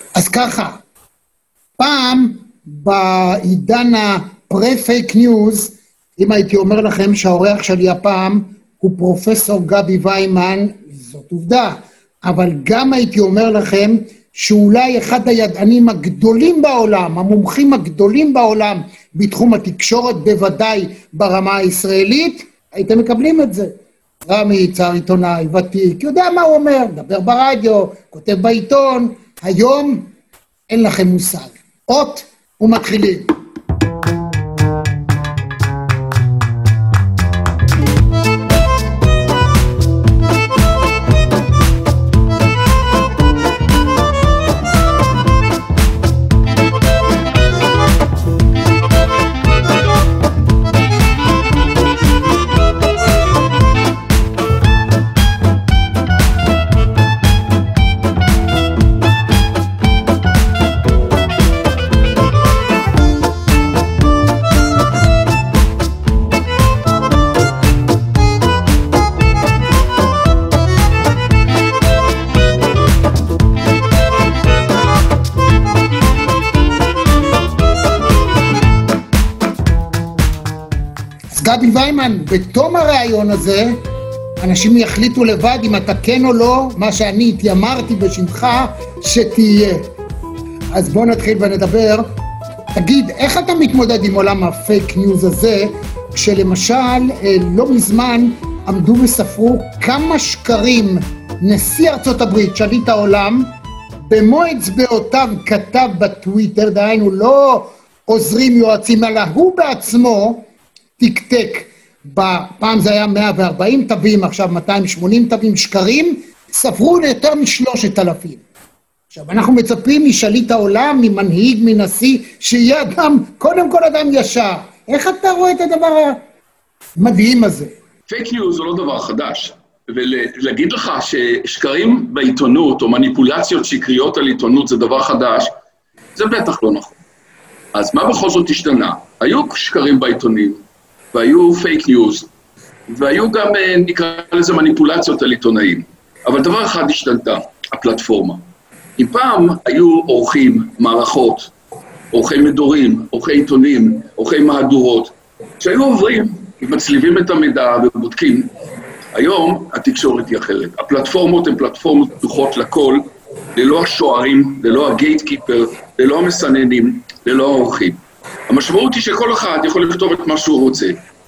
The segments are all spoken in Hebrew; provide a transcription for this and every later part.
אז ככה, פעם בעידן הפרה-פייק ניוז, אם הייתי אומר לכם שהאורח שלי הפעם הוא פרופסור גבי ויימן, זאת עובדה, אבל גם הייתי אומר לכם שאולי אחד הידענים הגדולים בעולם, המומחים הגדולים בעולם בתחום התקשורת, בוודאי ברמה הישראלית, הייתם מקבלים את זה. רמי יצהר, עיתונאי, ותיק, יודע מה הוא אומר, מדבר ברדיו, כותב בעיתון, היום אין לכם מושג. אות ומתחילים. גבי ויימן, בתום הראיון הזה, אנשים יחליטו לבד אם אתה כן או לא, מה שאני התיימרתי בשמך שתהיה. אז בוא נתחיל ונדבר. תגיד, איך אתה מתמודד עם עולם הפייק ניוז הזה, כשלמשל לא מזמן עמדו וספרו כמה שקרים נשיא ארצות הברית, שליט העולם, במו אצבעותיו כתב בטוויטר, דהיינו לא עוזרים יועצים, אלא הוא בעצמו טק-טק, בפעם זה היה 140 תווים, עכשיו 280 תווים שקרים, ספרו ליותר מ3,000. עכשיו, אנחנו מצפים משליט העולם, ממנהיג, מנשיא, שיהיה אדם, קודם כל אדם ישר. איך אתה רואה את הדבר המדהים הזה? פייק ניוז זה לא דבר חדש, ולהגיד לך ששקרים בעיתונות, או מניפולציות שקריות על עיתונות זה דבר חדש, זה בטח לא נכון. אז מה בכל זאת השתנה? היו שקרים בעיתונים, והיו פייק ניוז, והיו גם, נקרא לזה, מניפולציות על עיתונאים. אבל דבר אחד השתנתה, הפלטפורמה. אם פעם היו עורכים, מערכות, עורכי מדורים, עורכי עיתונים, עורכי מהדורות, שהיו עוברים, מצליבים את המידע ובודקים. היום התקשורת היא אחרת. הפלטפורמות הן פלטפורמות פתוחות לכל, ללא השוערים, ללא הגייטקיפר, ללא המסננים, ללא העורכים. המשמעות היא שכל אחד יכול לכתוב את מה שהוא רוצה.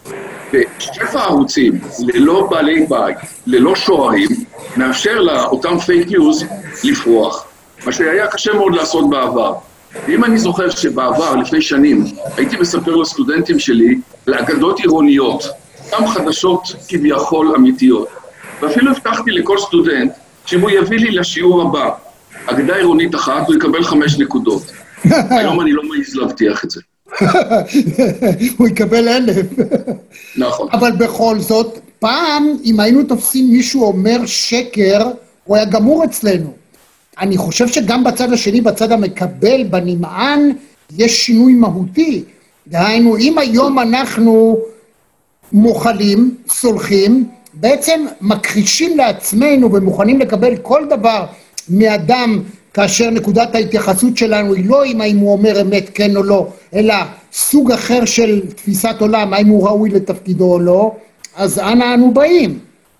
ושפע הערוצים, ללא בעלי בית, ללא שוערים, מאפשר לאותם פייק ניוז לפרוח. מה שהיה קשה מאוד לעשות בעבר. ואם אני זוכר שבעבר, לפני שנים, הייתי מספר לסטודנטים שלי על אגדות עירוניות, גם חדשות כביכול אמיתיות. ואפילו הבטחתי לכל סטודנט שאם הוא יביא לי לשיעור הבא אגדה עירונית אחת, הוא יקבל 5 נקודות. היום אני לא מעז להבטיח את זה. הוא יקבל 1,000. נכון. אבל בכל זאת, פעם אם היינו תופסים מישהו אומר שקר, הוא היה גמור אצלנו. אני חושב שגם בצד השני, בצד המקבל, בנמען, יש שינוי מהותי. דהיינו, אם היום אנחנו מוכלים, סולחים, בעצם מכחישים לעצמנו ומוכנים לקבל כל דבר מאדם, כאשר נקודת ההתייחסות שלנו היא לא האם הוא אומר אמת כן או לא, אלא סוג אחר של תפיסת עולם, האם הוא ראוי לתפקידו או לא, אז אנה אנו באים?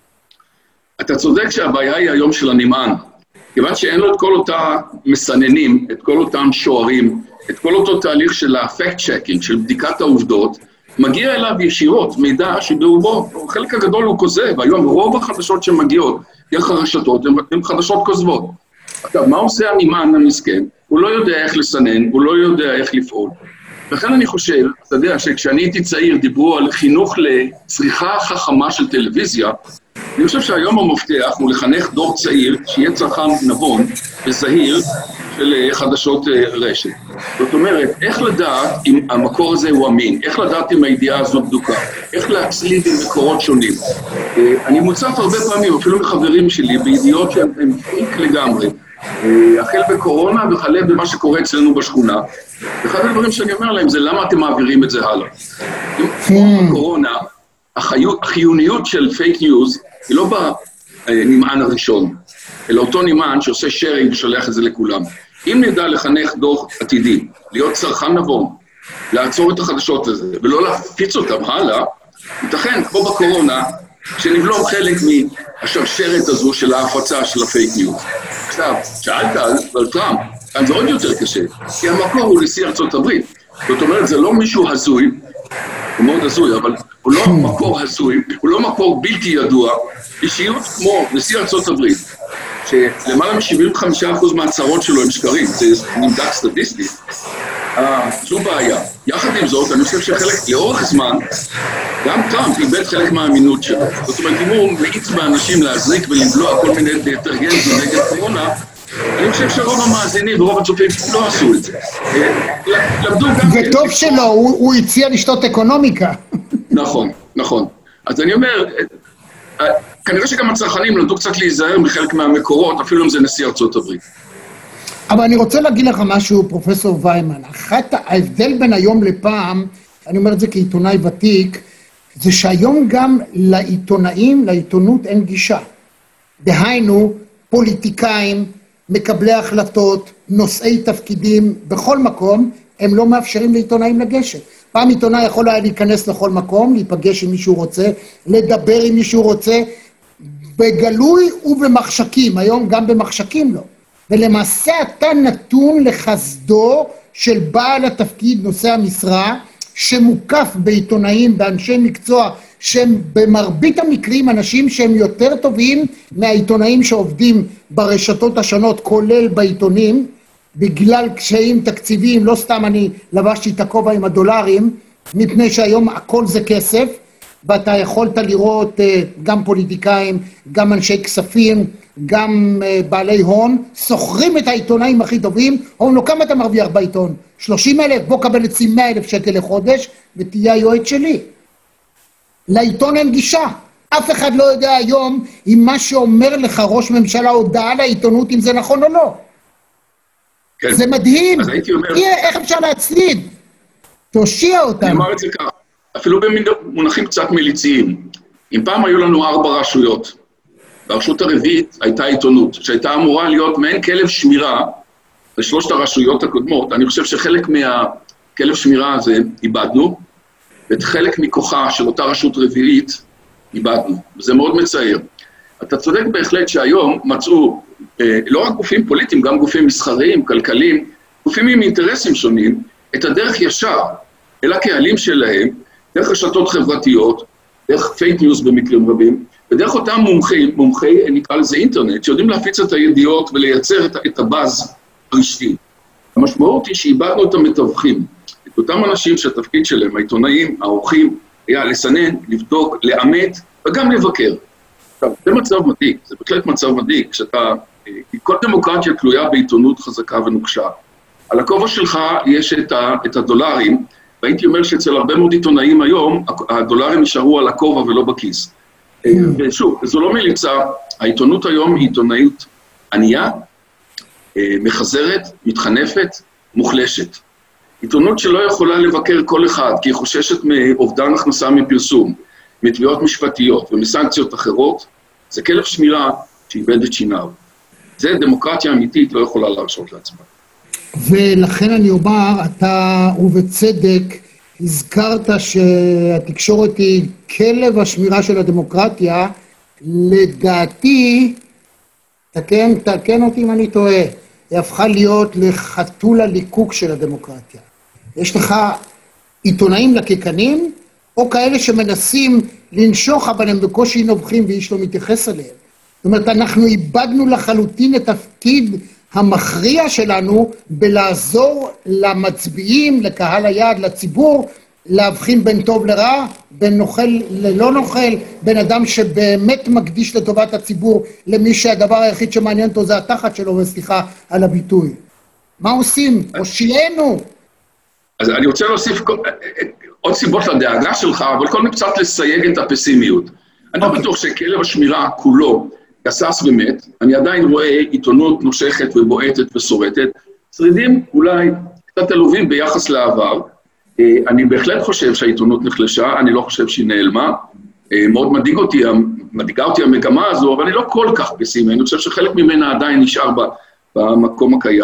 אתה צודק שהבעיה היא היום של הנמען, כיוון שאין לו את כל אותה מסננים, את כל אותם שוערים, את כל אותו תהליך של הפקט צ'קינג, של בדיקת העובדות, מגיע אליו ישירות מידע שברובו, חלק הגדול הוא כוזב, היום רוב החדשות שמגיעות דרך הרשתות הן חדשות כוזבות. עכשיו, מה עושה הנמען המסכן? הוא לא יודע איך לסנן, הוא לא יודע איך לפעול. לכן אני חושב, אתה יודע, שכשאני הייתי צעיר דיברו על חינוך לצריכה חכמה של טלוויזיה, אני חושב שהיום המפתח הוא לחנך דור צעיר שיהיה צרכן נבון וזהיר של חדשות רשת. זאת אומרת, איך לדעת אם המקור הזה הוא אמין, איך לדעת אם הידיעה הזו בדוקה, איך להצליב עם מקורות שונים. אני מוצף הרבה פעמים, אפילו מחברים שלי, בידיעות שהן פריק לגמרי, החל בקורונה וחלה במה שקורה אצלנו בשכונה. אחד הדברים שאני אומר להם זה למה אתם מעבירים את זה הלאה. בקורונה, החיוניות של פייק ניוז היא לא בנמען הראשון, אלא אותו נמען שעושה שיירינג ושולח את זה לכולם. אם נדע לחנך דור עתידי, להיות צרכן נבון, לעצור את החדשות הזה, ולא להפיץ אותם הלאה, ייתכן, כמו בקורונה, שנבלום חלק מהשרשרת הזו של ההפצה של הפייק ניוז. עכשיו, שאלת על טראמפ, כאן זה עוד יותר קשה, כי המקור הוא נשיא ארצות הברית. זאת אומרת, זה לא מישהו הזוי, הוא מאוד הזוי, אבל הוא לא מקור הזוי, הוא לא מקור בלתי ידוע, אישיות כמו נשיא ארצות הברית, שלמעלה מ-75% מההצהרות שלו הם שקרים, זה נמדק סטטיסטי, זו בעיה. יחד עם זאת, אני חושב שחלק, לאורך זמן, גם טראמפ איבד חלק מהאמינות שלו. זאת אומרת, אם הוא מאיץ באנשים להזריק ולבלוע כל מיני דטרגנטים נגד קורונה, אני חושב שרוב המאזינים ורוב הצופים לא עשו את זה. למדו גם... וטוב שלא, הוא הציע לשתות אקונומיקה. נכון, נכון. אז אני אומר, כנראה שגם הצרכנים למדו קצת להיזהר מחלק מהמקורות, אפילו אם זה נשיא ארצות הברית. אבל אני רוצה להגיד לך משהו, פרופסור ויימן. ההבדל בין היום לפעם, אני אומר את זה כעיתונאי ותיק, זה שהיום גם לעיתונאים, לעיתונות אין גישה. דהיינו, פוליטיקאים, מקבלי החלטות, נושאי תפקידים, בכל מקום, הם לא מאפשרים לעיתונאים לגשת. פעם עיתונאי יכול היה להיכנס לכל מקום, להיפגש עם מישהו רוצה, לדבר עם מישהו רוצה, בגלוי ובמחשכים, היום גם במחשכים לא. ולמעשה אתה נתון לחסדו של בעל התפקיד נושא המשרה, שמוקף בעיתונאים, באנשי מקצוע, שהם במרבית המקרים אנשים שהם יותר טובים מהעיתונאים שעובדים ברשתות השונות, כולל בעיתונים, בגלל קשיים תקציביים, לא סתם אני לבשתי את הכובע עם הדולרים, מפני שהיום הכל זה כסף, ואתה יכולת לראות גם פוליטיקאים, גם אנשי כספים, גם בעלי הון, סוחרים את העיתונאים הכי טובים, אומרים לו כמה אתה מרוויח בעיתון? 30,000, בוא קבל אצלי 100,000 שקל לחודש, ותהיה היועץ שלי. לעיתון אין גישה. אף אחד לא יודע היום אם מה שאומר לך ראש ממשלה הודעה לעיתונות, אם זה נכון או לא. כן. זה מדהים. אז הייתי אומר... איך אפשר להצליד? תושיע אותם. אני אומר את זה כך, אפילו במונחים קצת מיליציים. אם פעם היו לנו 4 רשויות, והרשות הרביעית הייתה עיתונות, שהייתה אמורה להיות מעין כלב שמירה לשלושת הרשויות הקודמות, אני חושב שחלק מהכלב שמירה הזה איבדנו, ואת חלק מכוחה של אותה רשות רביעית איבדנו, וזה מאוד מצער. אתה צודק בהחלט שהיום מצאו לא רק גופים פוליטיים, גם גופים מסחריים, כלכליים, גופים עם אינטרסים שונים, את הדרך ישר אל הקהלים שלהם, דרך רשתות חברתיות, דרך פייק ניוז במקרים רבים, ודרך אותם מומחי נקרא לזה אינטרנט, שיודעים להפיץ את הידיעות ולייצר את הבאז הרשתי. המשמעות היא שאיבדנו את המתווכים, את אותם אנשים שהתפקיד שלהם, העיתונאים, העורכים, היה לסנן, לבדוק, לאמת וגם לבקר. עכשיו, זה מצב מדאיג, זה בהחלט מצב מדאיג, כל דמוקרטיה תלויה בעיתונות חזקה ונוקשה. על הכובע שלך יש את הדולרים, והייתי אומר שאצל הרבה מאוד עיתונאים היום, הדולרים נשארו על הכובע ולא בכיס. ושוב, זו לא מליצה, העיתונות היום היא עיתונאית ענייה, מחזרת, מתחנפת, מוחלשת. עיתונות שלא יכולה לבקר כל אחד, כי היא חוששת מאובדן הכנסה מפרסום, מתביעות משפטיות ומסנקציות אחרות, זה כלב שמירה שאיבד את שיניו. זה דמוקרטיה אמיתית לא יכולה להרשות לעצמה. ולכן אני אומר, אתה ובצדק הזכרת שהתקשורת היא כלב השמירה של הדמוקרטיה, לדעתי, תקן אותי אם אני טועה, היא הפכה להיות לחתול הליקוק של הדמוקרטיה. יש לך עיתונאים לקקנים, או כאלה שמנסים לנשוך, אבל הם בקושי נובחים ואיש לא מתייחס אליהם. זאת אומרת, אנחנו איבדנו לחלוטין את תפקיד המכריע שלנו בלעזור למצביעים, לקהל היעד, לציבור, להבחין בין טוב לרע, בין נוכל ללא נוכל, בין אדם שבאמת מקדיש לטובת הציבור, למי שהדבר היחיד שמעניין אותו זה התחת שלו, וסליחה על הביטוי. מה עושים? הושיענו. אז אני רוצה להוסיף עוד סיבות לדאגה שלך, אבל קודם קצת לסייג את הפסימיות. אני לא בטוח שכלב השמירה כולו גסס ומת, אני עדיין רואה עיתונות נושכת ובועטת ושורטת, שרידים אולי קצת עלובים ביחס לעבר, אני בהחלט חושב שהעיתונות נחלשה, אני לא חושב שהיא נעלמה, מאוד מדאיגה אותי המגמה הזו, אבל אני לא כל כך פסימי, אני חושב שחלק ממנה עדיין נשאר במקום הקיים.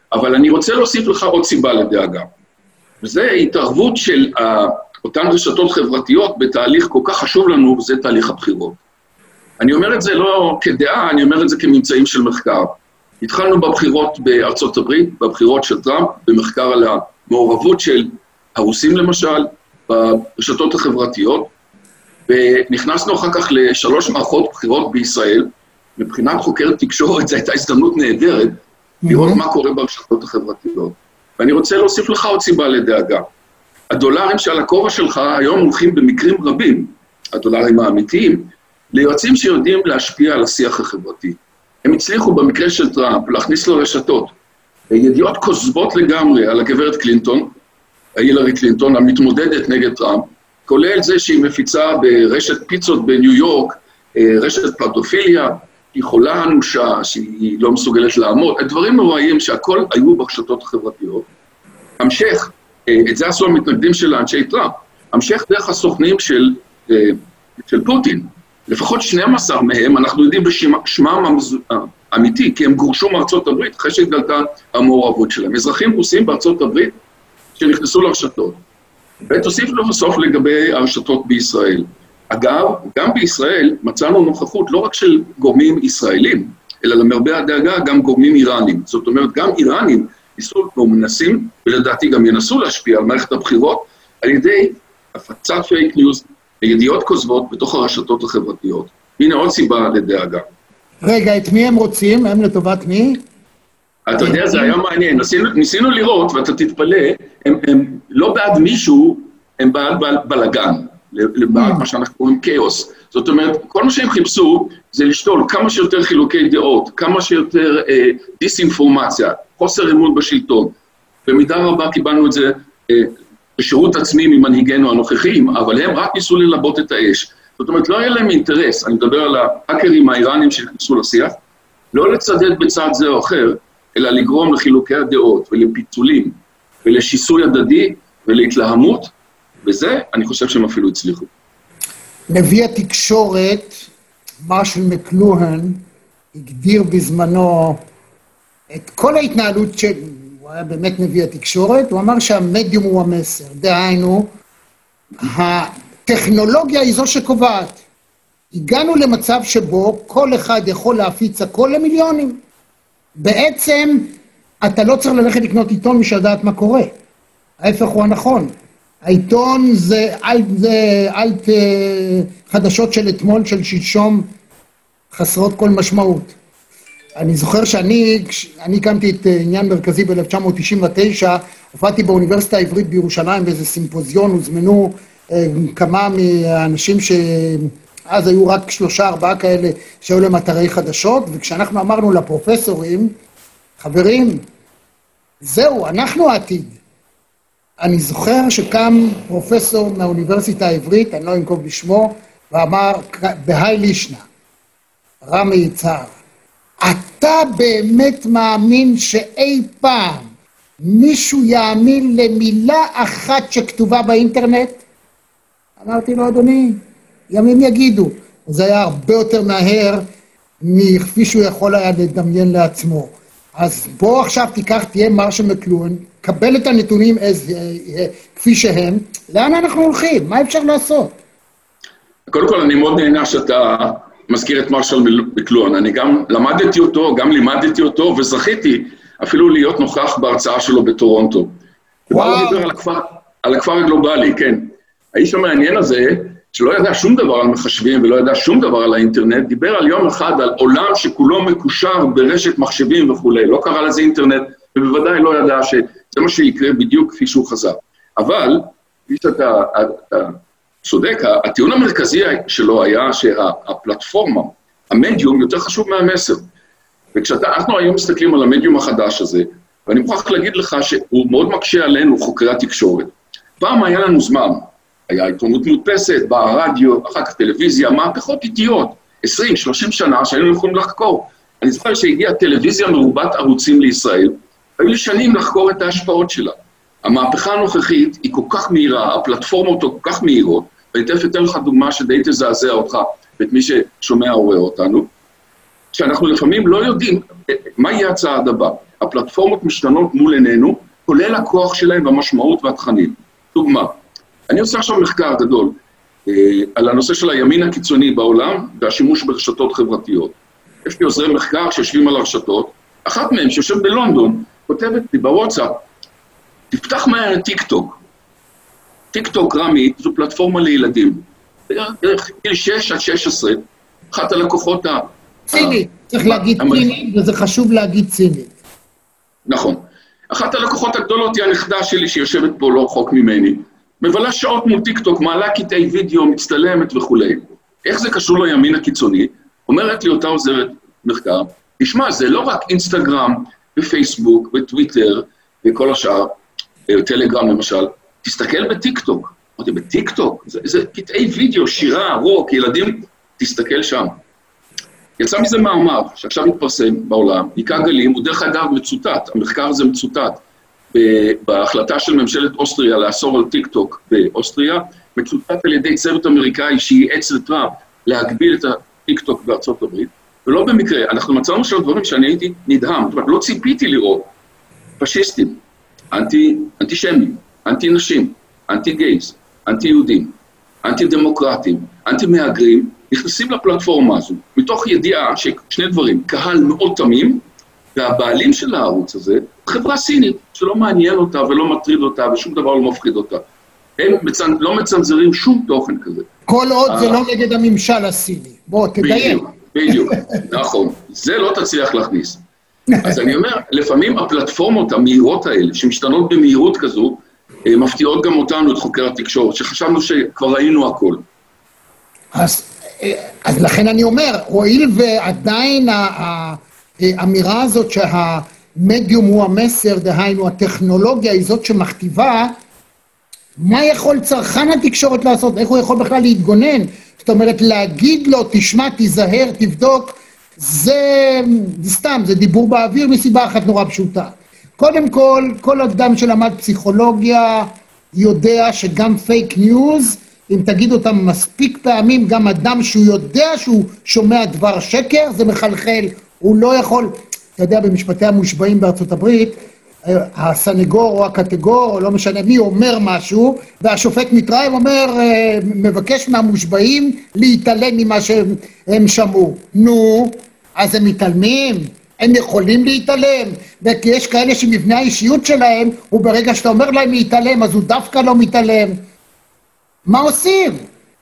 אבל אני רוצה להוסיף לך עוד סיבה לדאגה. וזה התערבות של אותן רשתות חברתיות בתהליך כל כך חשוב לנו, וזה תהליך הבחירות. אני אומר את זה לא כדעה, אני אומר את זה כממצאים של מחקר. התחלנו בבחירות בארצות הברית, בבחירות של טראמפ, במחקר על המעורבות של הרוסים למשל, ברשתות החברתיות, ונכנסנו אחר כך ל3 מערכות בחירות בישראל. מבחינת חוקר תקשורת, זו הייתה הזדמנות נהדרת, לראות מה קורה ברשתות החברתיות. ואני רוצה להוסיף לך עוד סיבה לדאגה. הדולרים שעל הכובע שלך היום הולכים במקרים רבים, הדולרים האמיתיים, ליועצים שיודעים להשפיע על השיח החברתי. הם הצליחו במקרה של טראמפ להכניס לרשתות ידיעות כוזבות לגמרי על הגברת קלינטון, הילרי קלינטון, המתמודדת נגד טראמפ, כולל זה שהיא מפיצה ברשת פיצות בניו יורק, רשת פדופיליה, היא חולה אנושה, שהיא לא מסוגלת לעמוד, הדברים נוראים שהכל היו ברשתות החברתיות. המשך, את זה עשו המתנגדים של אנשי טראמפ, המשך דרך הסוכנים של פוטין, לפחות 12 מהם, אנחנו יודעים בשמם אמיתי, כי הם גורשו מארצות הברית, אחרי שהתגלתה המעורבות שלהם. אזרחים רוסים בארצות הברית שנכנסו לרשתות. ותוסיף בסוף לגבי הרשתות בישראל. אגב, גם בישראל מצאנו נוכחות לא רק של גורמים ישראלים, אלא למרבה הדאגה גם גורמים איראנים. זאת אומרת, גם איראנים ניסו ומנסים, ולדעתי גם ינסו להשפיע על מערכת הבחירות, על ידי הפצת פייק ניוז, ידיעות כוזבות בתוך הרשתות החברתיות. הנה עוד סיבה לדאגה. רגע, את מי הם רוצים? הם לטובת מי? אתה יודע, זה היה מעניין. ניסינו לראות, ואתה תתפלא, הם לא בעד מישהו, הם בעד בלגן, בעד מה שאנחנו קוראים כאוס. זאת אומרת, כל מה שהם חיפשו זה לשתול כמה שיותר חילוקי דעות, כמה שיותר דיסאינפורמציה, חוסר אמון בשלטון. במידה רבה קיבלנו את זה בשירות עצמי ממנהיגינו הנוכחים, אבל הם רק ניסו ללבות את האש. זאת אומרת, לא היה להם אינטרס, אני מדבר על ההאקרים האיראנים שנכנסו לשיח, לא לצדד בצד זה או אחר, אלא לגרום לחילוקי הדעות ולפיצולים ולשיסוי הדדי ולהתלהמות, וזה אני חושב שהם אפילו הצליחו. נביא התקשורת, מרשל מקלוהן, הגדיר בזמנו את כל ההתנהלות הוא היה באמת נביא התקשורת, הוא אמר שהמדיום הוא המסר, דהיינו, הטכנולוגיה היא זו שקובעת. הגענו למצב שבו כל אחד יכול להפיץ הכל למיליונים. בעצם אתה לא צריך ללכת לקנות עיתון משדעת מה קורה. ההפך הוא הנכון. העיתון זה אלט חדשות של אתמול, של שלשום, חסרות כל משמעות. אני זוכר שאני הקמתי את עניין מרכזי ב-1999, הופעתי באוניברסיטה העברית בירושלים באיזה סימפוזיון, הוזמנו כמה מהאנשים שאז היו רק 3-4 כאלה שהיו להם אתרי חדשות, וכשאנחנו אמרנו לפרופסורים, חברים, זהו, אנחנו העתיד. אני זוכר שקם פרופסור מהאוניברסיטה העברית, אני לא אנקוב בשמו, ואמר, בהי לישנה, רמי יצהר, אתה באמת מאמין שאי פעם מישהו יאמין למילה אחת שכתובה באינטרנט? אמרתי לו, אדוני, ימים יגידו. זה היה הרבה יותר מהר מכפי שהוא יכול היה לדמיין לעצמו. אז בוא עכשיו תהיה מרשל מקלוהן, קבל את הנתונים כפי שהם, לאן אנחנו הולכים? מה אפשר לעשות? קודם כל, אני מאוד נהנה שאתה מזכיר את מרשל מקלוהן. אני גם למדתי אותו, גם לימדתי אותו, וזכיתי אפילו להיות נוכח בהרצאה שלו בטורונטו. וואו. הוא דיבר על הכפר הגלובלי, כן. האיש המעניין הזה, שלא ידע שום דבר על מחשבים ולא ידע שום דבר על האינטרנט, דיבר על יום אחד על עולם שכולו מקושר ברשת מחשבים וכו'. לא קרא לזה אינטרנט, ובוודאי לא ידע שזה מה שיקרה בדיוק כפי שהוא חזר. אבל, כפי שאתה צודק, הטיעון המרכזי שלו היה שהפלטפורמה, המדיום יותר חשוב מהמסר. וכשאנחנו היום מסתכלים על המדיום החדש הזה, ואני מוכרח להגיד לך שהוא מאוד מקשה עלינו, חוקרי התקשורת. פעם היה לנו זמן, היה עיתונות מודפסת, באה רדיו, אחר כך טלוויזיה, מהפכות איטיות, 20-30 שנה שהיינו יכולים לחקור. אני זוכר שהגיעה טלוויזיה מרובת ערוצים לישראל, היו לי שנים לחקור את ההשפעות שלה. המהפכה הנוכחית היא כל כך מהירה, הפלטפורמות כל כך מהירות, ואני תכף אתן לך דוגמה שדי תזעזע אותך, ואת מי ששומע או רואה אותנו, שאנחנו לפעמים לא יודעים מה יהיה הצעד הבא. הפלטפורמות משתנות מול עינינו, כולל הכוח שלהם והמשמעות והתכנים. דוגמה, אני עושה עכשיו מחקר גדול על הנושא של הימין הקיצוני בעולם והשימוש ברשתות חברתיות. יש לי עוזרי מחקר שיושבים על הרשתות, אחת מהם שיושב בלונדון, כותבת לי בוואטסאפ, תפתח מהר טיק טוק. טיק טוק רמי זו פלטפורמה לילדים. דרך גיל 6 עד 16, אחת הלקוחות צינית, צריך להגיד צינית, וזה חשוב להגיד צינית. נכון. אחת הלקוחות הגדולות היא הנכדה שלי שיושבת פה לא רחוק ממני, מבלה שעות מול טיק טוק, מעלה קטעי וידאו, מצטלמת וכו'. איך זה קשור לימין הקיצוני? אומרת לי אותה עוזרת מחקר, תשמע, זה לא רק אינסטגרם ופייסבוק וטוויטר וכל השאר, טלגרם למשל, תסתכל בטיק טוק. אמרתי, בטיק טוק? זה קטעי וידאו, שירה, רוק, ילדים, תסתכל שם. יצא מזה מאמר שעכשיו התפרסם בעולם, עיקר גלים, הוא דרך אגב מצוטט, המחקר הזה מצוטט, בהחלטה של ממשלת אוסטריה לאסור על טיק טוק באוסטריה, מצוטט על ידי צוות אמריקאי שייעץ לטראמפ להגביל את הטיק טוק בארצות הברית, ולא במקרה, אנחנו מצאנו שם דברים שאני הייתי נדהם, זאת אומרת, לא ציפיתי לראות פשיסטים, אנטישמים, אנטי נשים, אנטי גייז, אנטי יהודים, אנטי דמוקרטים, אנטי מהגרים, נכנסים לפלטפורמה הזו, מתוך ידיעה ששני דברים, קהל מאוד תמים, והבעלים של הערוץ הזה, חברה סינית, שלא מעניין אותה ולא מטריד אותה ושום דבר לא מפחיד אותה. הם לא מצנזרים שום תוכן כזה. כל עוד זה לא נגד הממשל הסיני. בוא, תדייק. בדיוק, נכון. זה לא תצליח להכניס. אז אני אומר, לפעמים הפלטפורמות המהירות האלה, שמשתנות במהירות כזו, מפתיעות גם אותנו, את חוקר התקשורת, שחשבנו שכבר ראינו הכל. אז לכן אני אומר, הואיל ועדיין האמירה הזאת שהמדיום הוא המסר, דהיינו הטכנולוגיה היא זאת שמכתיבה, מה יכול צרכן התקשורת לעשות? איך הוא יכול בכלל להתגונן? זאת אומרת, להגיד לו, תשמע, תיזהר, תבדוק, זה סתם, זה דיבור באוויר מסיבה אחת נורא פשוטה. קודם כל אדם שלמד פסיכולוגיה יודע שגם פייק ניוז, אם תגיד אותם מספיק פעמים, גם אדם שהוא יודע שהוא שומע דבר שקר, זה מחלחל, הוא לא יכול, אתה יודע, במשפטי המושבעים בארצות הברית, הסנגור או הקטגור, או לא משנה מי, אומר משהו, והשופט מתראה ואומר, מבקש מהמושבעים להתעלם ממה שהם שמעו. נו, אז הם מתעלמים, הם יכולים להתעלם, וכי יש כאלה שמבנה האישיות שלהם, וברגע שאתה אומר להם להתעלם, אז הוא דווקא לא מתעלם. מה עושים?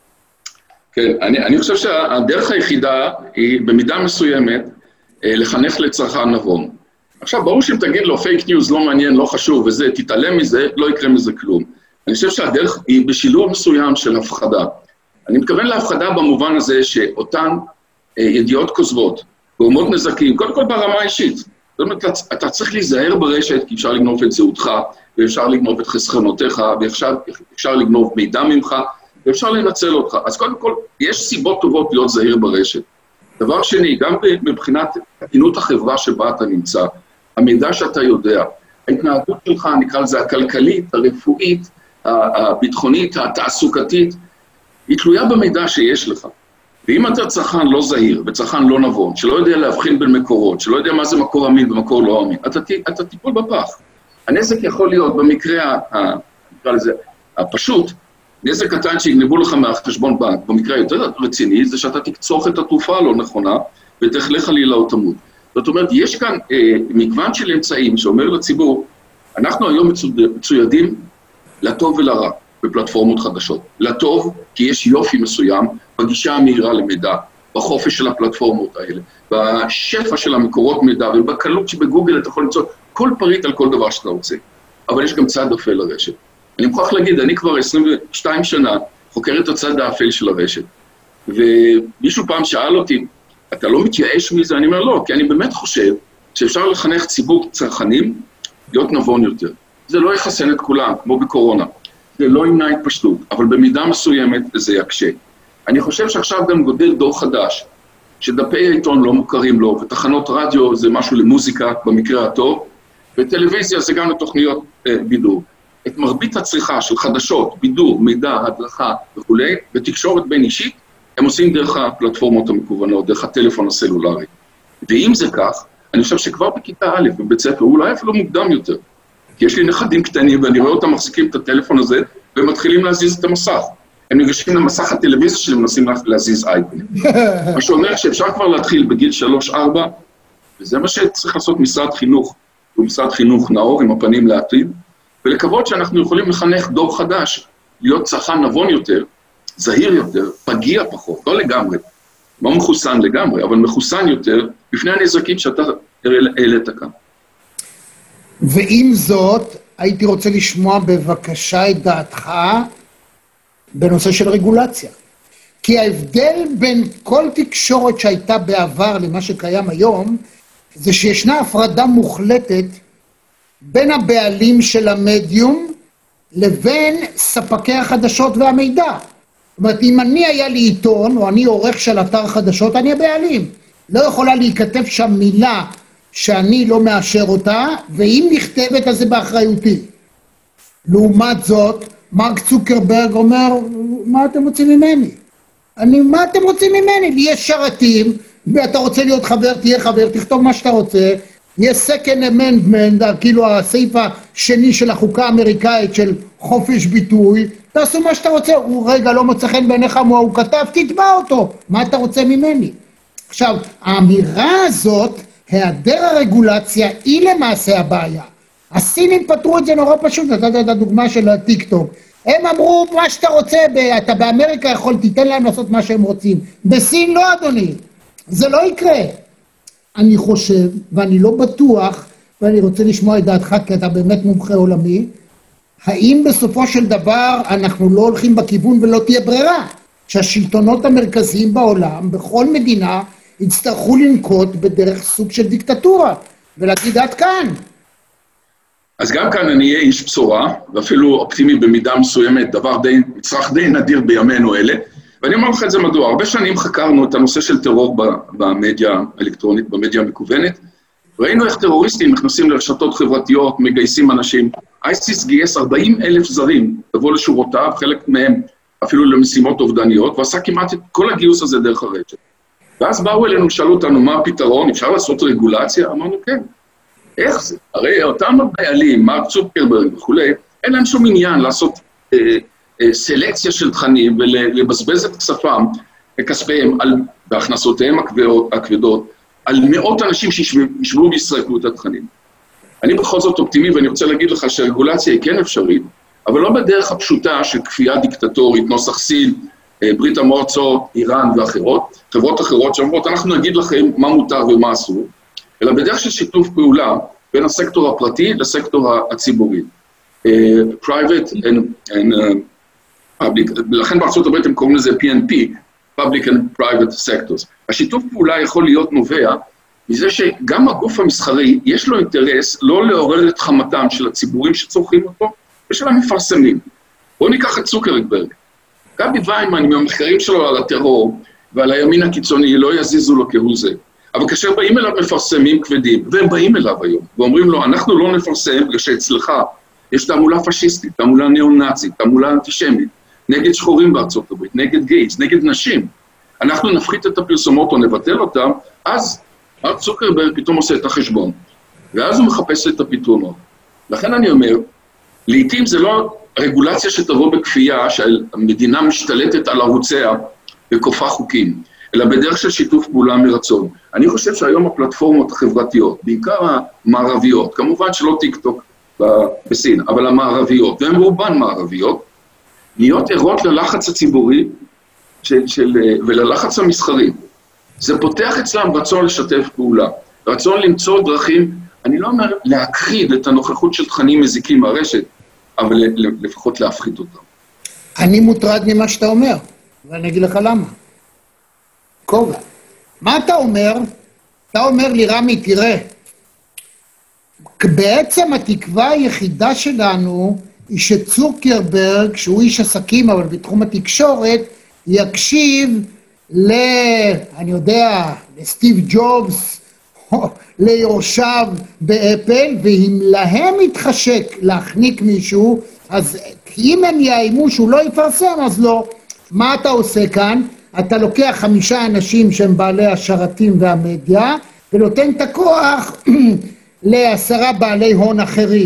כן, אני חושב שהדרך היחידה היא במידה מסוימת לחנך לצרכן נבון. עכשיו, ברור שאם תגיד לו פייק ניוז לא מעניין, לא חשוב, וזה, תתעלם מזה, לא יקרה מזה כלום. אני חושב שהדרך היא בשילוב מסוים של הפחדה. אני מתכוון להפחדה במובן הזה שאותן ידיעות כוזבות, גורמות נזקים, קודם כל ברמה האישית. זאת אומרת, אתה צריך להיזהר ברשת, כי אפשר לגנוב את זהותך, ואפשר לגנוב את חסכונותיך, ואפשר לגנוב מידע ממך, ואפשר לנצל אותך. אז קודם כל, יש סיבות טובות להיות זהיר ברשת. דבר שני, גם מבחינת תקינות החברה שבה אתה נמצא, המידע שאתה יודע, ההתנהגות שלך, נקרא לזה הכלכלית, הרפואית, הביטחונית, התעסוקתית, היא תלויה במידע שיש לך. ואם אתה צרכן לא זהיר, וצרכן לא נבון, שלא יודע להבחין בין מקורות, שלא יודע מה זה מקור אמין ומקור לא אמין, אתה טיפול בפח. הנזק יכול להיות במקרה נקרא לזה, הפשוט, נזק קטן שיגנבו לך מהחשבון בנק, במקרה יותר רציני, זה שאתה תקצוך את התרופה הלא נכונה, ותחלה חלילה או תמות. זאת אומרת, יש כאן מגוון של אמצעים שאומר לציבור, אנחנו היום מצוידים לטוב ולרע בפלטפורמות חדשות. לטוב, כי יש יופי מסוים בגישה המהירה למידע, בחופש של הפלטפורמות האלה, בשפע של המקורות מידע, ובקלות שבגוגל אתה יכול למצוא כל פריט על כל דבר שאתה רוצה. אבל יש גם צד אפל לרשת. אני מוכרח להגיד, אני כבר 22 שנה חוקר את הצד האפל של הרשת. ומישהו פעם שאל אותי, אתה לא מתייאש מזה? אני אומר לא, כי אני באמת חושב שאפשר לחנך ציבור צרכנים להיות נבון יותר. זה לא יחסן את כולם, כמו בקורונה. זה לא ימנע התפשטות, אבל במידה מסוימת זה יקשה. אני חושב שעכשיו גם גודל דור חדש, שדפי העיתון לא מוכרים לו, ותחנות רדיו זה משהו למוזיקה במקרה הטוב, וטלוויזיה זה גם לתוכניות בידור. את מרבית הצריכה של חדשות, בידור, מידע, הדרכה וכו', ותקשורת בין אישית, הם עושים דרך הפלטפורמות המקוונות, דרך הטלפון הסלולרי. ואם זה כך, אני חושב שכבר בכיתה א' בבית ספר, אולי אפילו מוקדם יותר, כי יש לי נכדים קטנים ואני רואה אותם מחזיקים את הטלפון הזה, ומתחילים להזיז את המסך. הם ניגשים למסך הטלוויזיה שלהם, מנסים להזיז אייפונים. מה שאומר שאפשר כבר להתחיל בגיל 3-4, וזה מה שצריך לעשות משרד חינוך, הוא משרד חינוך נאור עם הפנים לעתיד, ולקוות שאנחנו יכולים לחנך דור חדש, להיות צרכן נבון יותר, זהיר יותר, פגיע פחות, לא לגמרי, לא מחוסן לגמרי, אבל מחוסן יותר, בפני הנזקים שאתה העלית כאן. ועם זאת, הייתי רוצה לשמוע בבקשה את דעתך בנושא של רגולציה. כי ההבדל בין כל תקשורת שהייתה בעבר למה שקיים היום, זה שישנה הפרדה מוחלטת בין הבעלים של המדיום לבין ספקי החדשות והמידע. זאת אומרת, אם אני היה לי עיתון, או אני עורך של אתר חדשות, אני הבעלים. לא יכולה להיכתב שם מילה שאני לא מאשר אותה, ואם נכתבת אז זה באחריותי. לעומת זאת, מרק צוקרברג אומר, מה אתם רוצים ממני? מה אתם רוצים ממני? לי יש שרתים, ואתה רוצה להיות חבר, תהיה חבר, תכתוב מה שאתה רוצה. יש second amendment, כאילו הסעיף השני של החוקה האמריקאית של חופש ביטוי, תעשו מה שאתה רוצה, הוא רגע לא מוצא חן בעיניך מה הוא כתב, תתבע אותו, מה אתה רוצה ממני? עכשיו, האמירה הזאת, היעדר הרגולציה, היא למעשה הבעיה. הסינים פתרו את זה נורא פשוט, נתת את הדוגמה של הטיק טוק. הם אמרו, מה שאתה רוצה, אתה באמריקה יכול, תיתן להם לעשות מה שהם רוצים. בסין לא, אדוני. זה לא יקרה. אני חושב, ואני לא בטוח, ואני רוצה לשמוע את דעתך, כי אתה באמת מומחה עולמי, האם בסופו של דבר אנחנו לא הולכים בכיוון ולא תהיה ברירה, שהשלטונות המרכזיים בעולם, בכל מדינה, יצטרכו לנקוט בדרך סוג של דיקטטורה, ולהגיד עד כאן. אז גם כאן אני אהיה איש בשורה, ואפילו אופטימי במידה מסוימת, דבר מצרך די נדיר בימינו אלה, ואני אומר לך את זה מדוע. הרבה שנים חקרנו את הנושא של טרור במדיה האלקטרונית, במדיה המקוונת, ראינו איך טרוריסטים נכנסים לרשתות חברתיות, מגייסים אנשים. אייסיס גייס 40,000 זרים, לבוא לשורותיו, חלק מהם אפילו למשימות אובדניות, ועשה כמעט את כל הגיוס הזה דרך הרשת. ואז באו אלינו, שאלו אותנו מה הפתרון, אפשר לעשות רגולציה? אמרנו כן. איך זה? הרי אותם הבעלים, מרק צוקרברג וכולי, אין להם שום עניין לעשות סלקציה של תכנים ולבזבז את כספיהם בהכנסותיהם הכבדות, על מאות אנשים שישבו ויסרקו את התכנים. אני בכל זאת אופטימי ואני רוצה להגיד לך שהרגולציה היא כן אפשרית, אבל לא בדרך הפשוטה של כפייה דיקטטורית, נוסח סין, ברית המועצות, איראן ואחרות, חברות אחרות שאומרות, אנחנו נגיד לכם מה מותר ומה אסור, אלא בדרך של שיתוף פעולה בין הסקטור הפרטי לסקטור הציבורי. Private and public, לכן בארצות הברית הם קוראים לזה PNP, Public and Private Sectors. השיתוף פעולה יכול להיות נובע מזה שגם הגוף המסחרי יש לו אינטרס לא לעורר את חמתם של הציבורים שצורכים אותו ושל המפרסמים. בואו ניקח את צוקרברג. גבי ויימן עם המחקרים שלו על הטרור ועל הימין הקיצוני לא יזיזו לו כהוא זה. אבל כאשר באים אליו מפרסמים כבדים, והם באים אליו היום, ואומרים לו, אנחנו לא נפרסם בגלל שאצלך יש תעמולה פשיסטית, תעמולה ניאו-נאצית, תעמולה אנטישמית, נגד שחורים בארצות הברית, נגד גייז, נגד נשים. אנחנו נפחית את הפרסומות או נבטל אותם, אז מרק צוקרברג פתאום עושה את החשבון, ואז הוא מחפש את הפתרונות. לכן אני אומר, לעתים זה לא רגולציה שתבוא בכפייה, שהמדינה משתלטת על ערוציה וכופה חוקים, אלא בדרך של שיתוף פעולה מרצון. אני חושב שהיום הפלטפורמות החברתיות, בעיקר המערביות, כמובן שלא טיק טוק בסין, אבל המערביות, והן רובן מערביות, להיות ערות ללחץ הציבורי וללחץ המסחרי. זה פותח אצלם רצון לשתף פעולה, רצון למצוא דרכים, אני לא אומר להכחיד את הנוכחות של תכנים מזיקים מהרשת, אבל לפחות להפחית אותם. אני מוטרד ממה שאתה אומר, ואני אגיד לך למה. קובה, מה אתה אומר? אתה אומר לי, רמי, תראה, בעצם התקווה היחידה שלנו היא שצוקרברג, שהוא איש עסקים, אבל בתחום התקשורת, יקשיב אני יודע, לסטיב ג'ובס, ליורשיו באפל, ואם להם יתחשק להחניק מישהו, אז אם הם יאיימו שהוא לא יפרסם, אז לא. מה אתה עושה כאן? אתה לוקח 5 אנשים שהם בעלי השרתים והמדיה, ונותן את הכוח ל10 בעלי הון אחרים.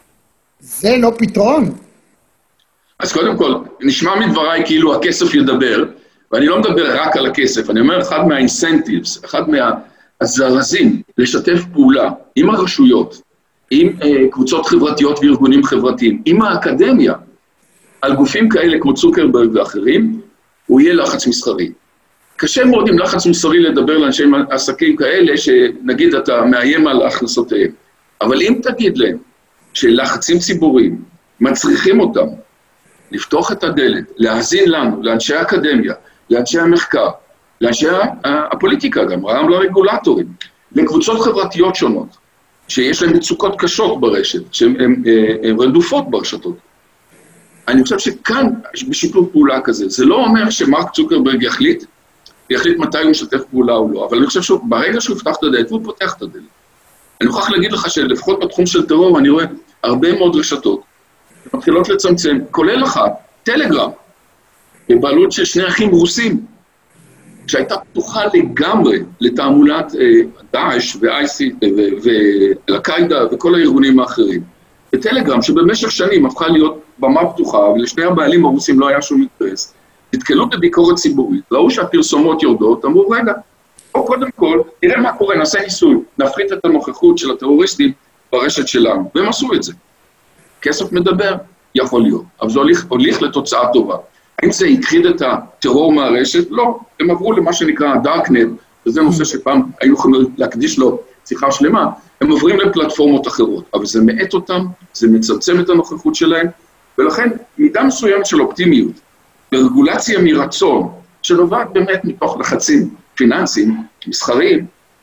זה לא פתרון. אז קודם כל, נשמע מדבריי כאילו הכסף ידבר, ואני לא מדבר רק על הכסף, אני אומר אחד מהאינסנטיבס, אחד מהזרזים לשתף פעולה עם הרשויות, עם קבוצות חברתיות וארגונים חברתיים, עם האקדמיה, על גופים כאלה כמו צוקרברג ואחרים, הוא יהיה לחץ מסחרי. קשה מאוד עם לחץ מסחרי לדבר לאנשי עסקים כאלה, שנגיד אתה מאיים על הכנסותיהם. אבל אם תגיד להם שלחצים ציבוריים מצריכים אותם לפתוח את הדלת, להאזין לנו, לאנשי האקדמיה, לאנשי המחקר, לאנשי הפוליטיקה גם, גם לרגולטורים, לקבוצות חברתיות שונות, שיש להם מצוקות קשות ברשת, שהן רדופות ברשתות. אני חושב שכאן, בשיתוף פעולה כזה, זה לא אומר שמרק צוקרברג יחליט מתי הוא משתף פעולה או לא, אבל אני חושב שברגע שהוא יפתח את הדלת, הוא פותח את הדלת. אני מוכרח להגיד לך שלפחות בתחום של טרור, אני רואה הרבה מאוד רשתות, מתחילות לצמצם, כולל אחת, טלגרם, בבעלות של 2 אחים רוסים, שהייתה פתוחה לגמרי לתעמולת דאעש ואל-קאעידה וכל הארגונים האחרים. בטלגרם, שבמשך שנים הפכה להיות במה פתוחה, ולשני הבעלים הרוסים לא היה שום אינטרס, התקלו בביקורת ציבורית, ראו שהפרסומות יורדות, אמרו, רגע, קודם כל, נראה מה קורה, נעשה ניסוי, נפחית את הנוכחות של הטרוריסטים ברשת שלנו, והם עשו את זה. כסף מדבר, יכול להיות, אבל זה הוליך לתוצאה טובה. האם זה הכחיד את הטרור מהרשת? לא, הם עברו למה שנקרא דארקנט, וזה נושא שפעם היינו יכולים להקדיש לו שיחה שלמה, הם עוברים לפלטפורמות אחרות, אבל זה מעט אותם, זה מצמצם את הנוכחות שלהם, ולכן מידה מסוימת של אופטימיות, ברגולציה מרצון, שנובעת באמת מתוך לחצים פיננסיים, מסחריים,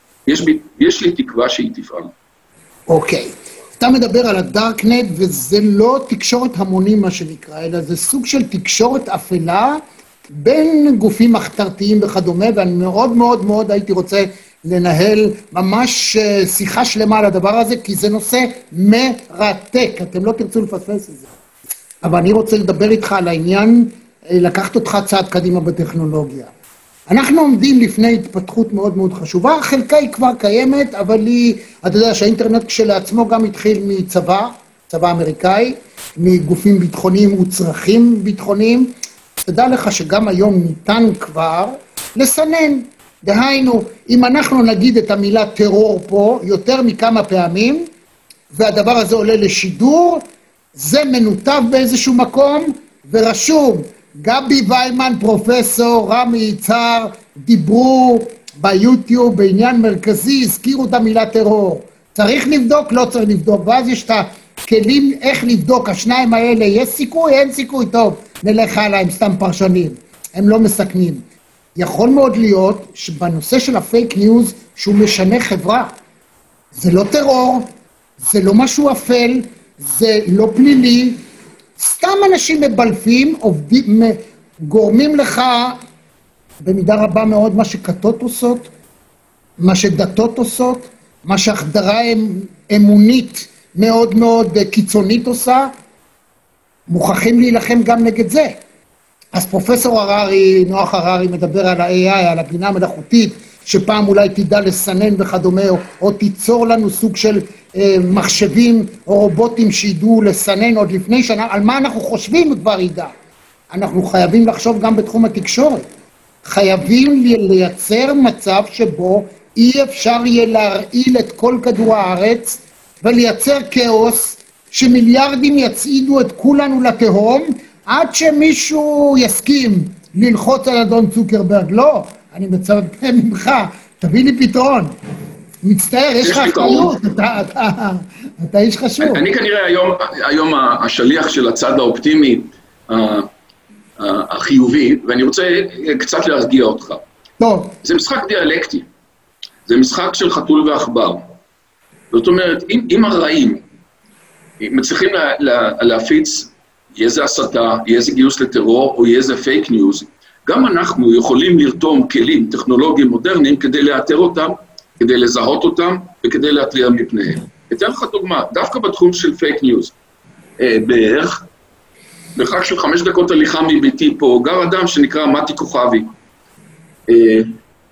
יש לי תקווה שהיא תפעל. אוקיי. אתה מדבר על הדארקנט, וזה לא תקשורת המונים מה שנקרא, אלא זה סוג של תקשורת אפלה בין גופים מחתרתיים וכדומה, ואני מאוד מאוד מאוד הייתי רוצה לנהל ממש שיחה שלמה על הדבר הזה, כי זה נושא מרתק, אתם לא תרצו לפספס את זה. אבל אני רוצה לדבר איתך על העניין, לקחת אותך צעד קדימה בטכנולוגיה. אנחנו עומדים לפני התפתחות מאוד מאוד חשובה, חלקה היא כבר קיימת, אבל היא, אתה יודע שהאינטרנט כשלעצמו גם התחיל מצבא, צבא אמריקאי, מגופים ביטחוניים וצרכים ביטחוניים, תדע לך שגם היום ניתן כבר לסנן, דהיינו, אם אנחנו נגיד את המילה טרור פה יותר מכמה פעמים, והדבר הזה עולה לשידור, זה מנותב באיזשהו מקום ורשום, גבי ויימן, פרופסור, רמי יצהר, דיברו ביוטיוב בעניין מרכזי, הזכירו את המילה טרור. צריך לבדוק, לא צריך לבדוק, ואז יש את הכלים איך לבדוק, השניים האלה, יש סיכוי, אין סיכוי, טוב, נלך הלאה, הם סתם פרשנים, הם לא מסכנים. יכול מאוד להיות שבנושא של הפייק ניוז, שהוא משנה חברה, זה לא טרור, זה לא משהו אפל, זה לא פלילי, סתם אנשים מבלפים, עובדים, גורמים לך במידה רבה מאוד מה שכתות עושות, מה שדתות עושות, מה שהחדרה אמונית מאוד מאוד קיצונית עושה, מוכרחים להילחם גם נגד זה. אז פרופסור הררי, נוח הררי, מדבר על ה-AI, על הבינה המלאכותית, שפעם אולי תדע לסנן וכדומה, או תיצור לנו סוג של מחשבים או רובוטים שידעו לסנן עוד לפני שנה, על מה אנחנו חושבים כבר ידע. אנחנו חייבים לחשוב גם בתחום התקשורת. חייבים לייצר מצב שבו אי אפשר יהיה להרעיל את כל כדור הארץ, ולייצר כאוס שמיליארדים יצעידו את כולנו לתהום, עד שמישהו יסכים ללחוץ על אדון צוקרברג. לא, אני מצפה ממך, תביא לי פתרון. מצטער, יש לך אחריות, אתה איש חשוב. אני כנראה היום השליח של הצד האופטימי החיובי, ואני רוצה קצת להרגיע אותך. טוב. זה משחק דיאלקטי, זה משחק של חתול ועכבר. זאת אומרת, אם הרעים מצליחים להפיץ איזה הסתה, איזה גיוס לטרור או איזה פייק ניוז, גם אנחנו יכולים לרתום כלים טכנולוגיים מודרניים כדי לאתר אותם, כדי לזהות אותם וכדי להתריע מפניהם. אתן לך דוגמה, דווקא בתחום של פייק ניוז, בערך, בחג של 5 דקות הליכה מביתי פה, גר אדם שנקרא מתי כוכבי.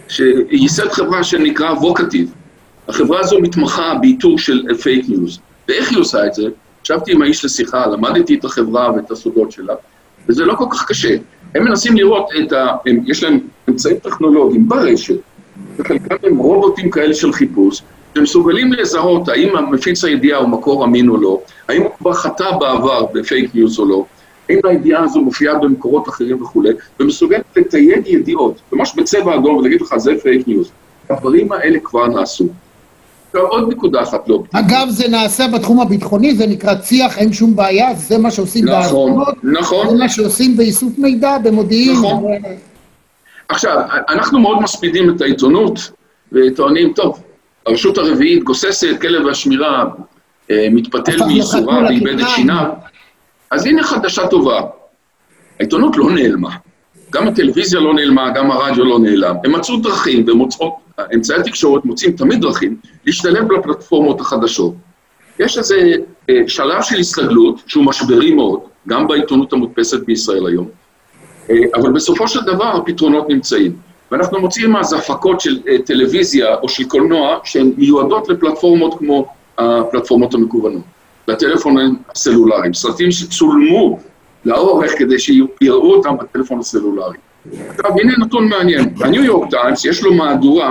שייסד חברה שנקרא ווקטיב. החברה הזו מתמחה באיתור של פייק ניוז. ואיך היא עושה את זה? ישבתי עם האיש לשיחה, למדתי את החברה ואת הסודות שלה, וזה לא כל כך קשה. הם מנסים לראות יש להם אמצעים טכנולוגיים ברשת, וחלקם הם רובוטים כאלה של חיפוש, שמסוגלים לזהות האם המפיץ הידיעה הוא מקור אמין או לא, האם הוא כבר חטא בעבר בפייק ניוז או לא, האם הידיעה הזו מופיעה במקורות אחרים וכו', ומסוגל לתייג ידיעות, ממש בצבע אדום, ולהגיד לך, זה פייק ניוז. הדברים האלה כבר נעשו. עוד נקודה אחת לא. אגב, זה נעשה בתחום הביטחוני, זה נקרא צי"ח, אין שום בעיה, זה מה שעושים בהאזנות, נכון. זה מה שעושים באיסוף מידע, במודיעין. נכון. עכשיו, אנחנו מאוד מספידים את העיתונות, וטוענים, טוב, הרשות הרביעית גוססת, כלב השמירה מתפתל מייסורה ואיבד את שיניו. אז הנה חדשה טובה, העיתונות לא נעלמה, גם הטלוויזיה לא נעלמה, גם הרדיו לא נעלם. הם מצאו דרכים, אמצעי התקשורת מוצאים תמיד דרכים להשתלב בפלטפורמות החדשות. יש איזה שלב של הסתגלות שהוא משברי מאוד, גם בעיתונות המודפסת בישראל היום, אבל בסופו של דבר הפתרונות נמצאים. ואנחנו מוצאים אז הפקות של טלוויזיה או של קולנוע שהן מיועדות לפלטפורמות כמו הפלטפורמות המקוונות, לטלפון הסלולריים, סרטים שצולמו לאורך כדי שיראו אותם בטלפון הסלולרי. עכשיו, הנה נתון מעניין. הניו יורק טיימס יש לו מהדורה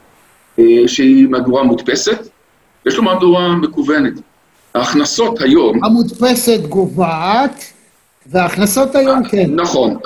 שהיא מהדורה מודפסת, יש לו מהדורה מקוונת. ההכנסות היום... המודפסת גובעת, וההכנסות היום כן. נכון.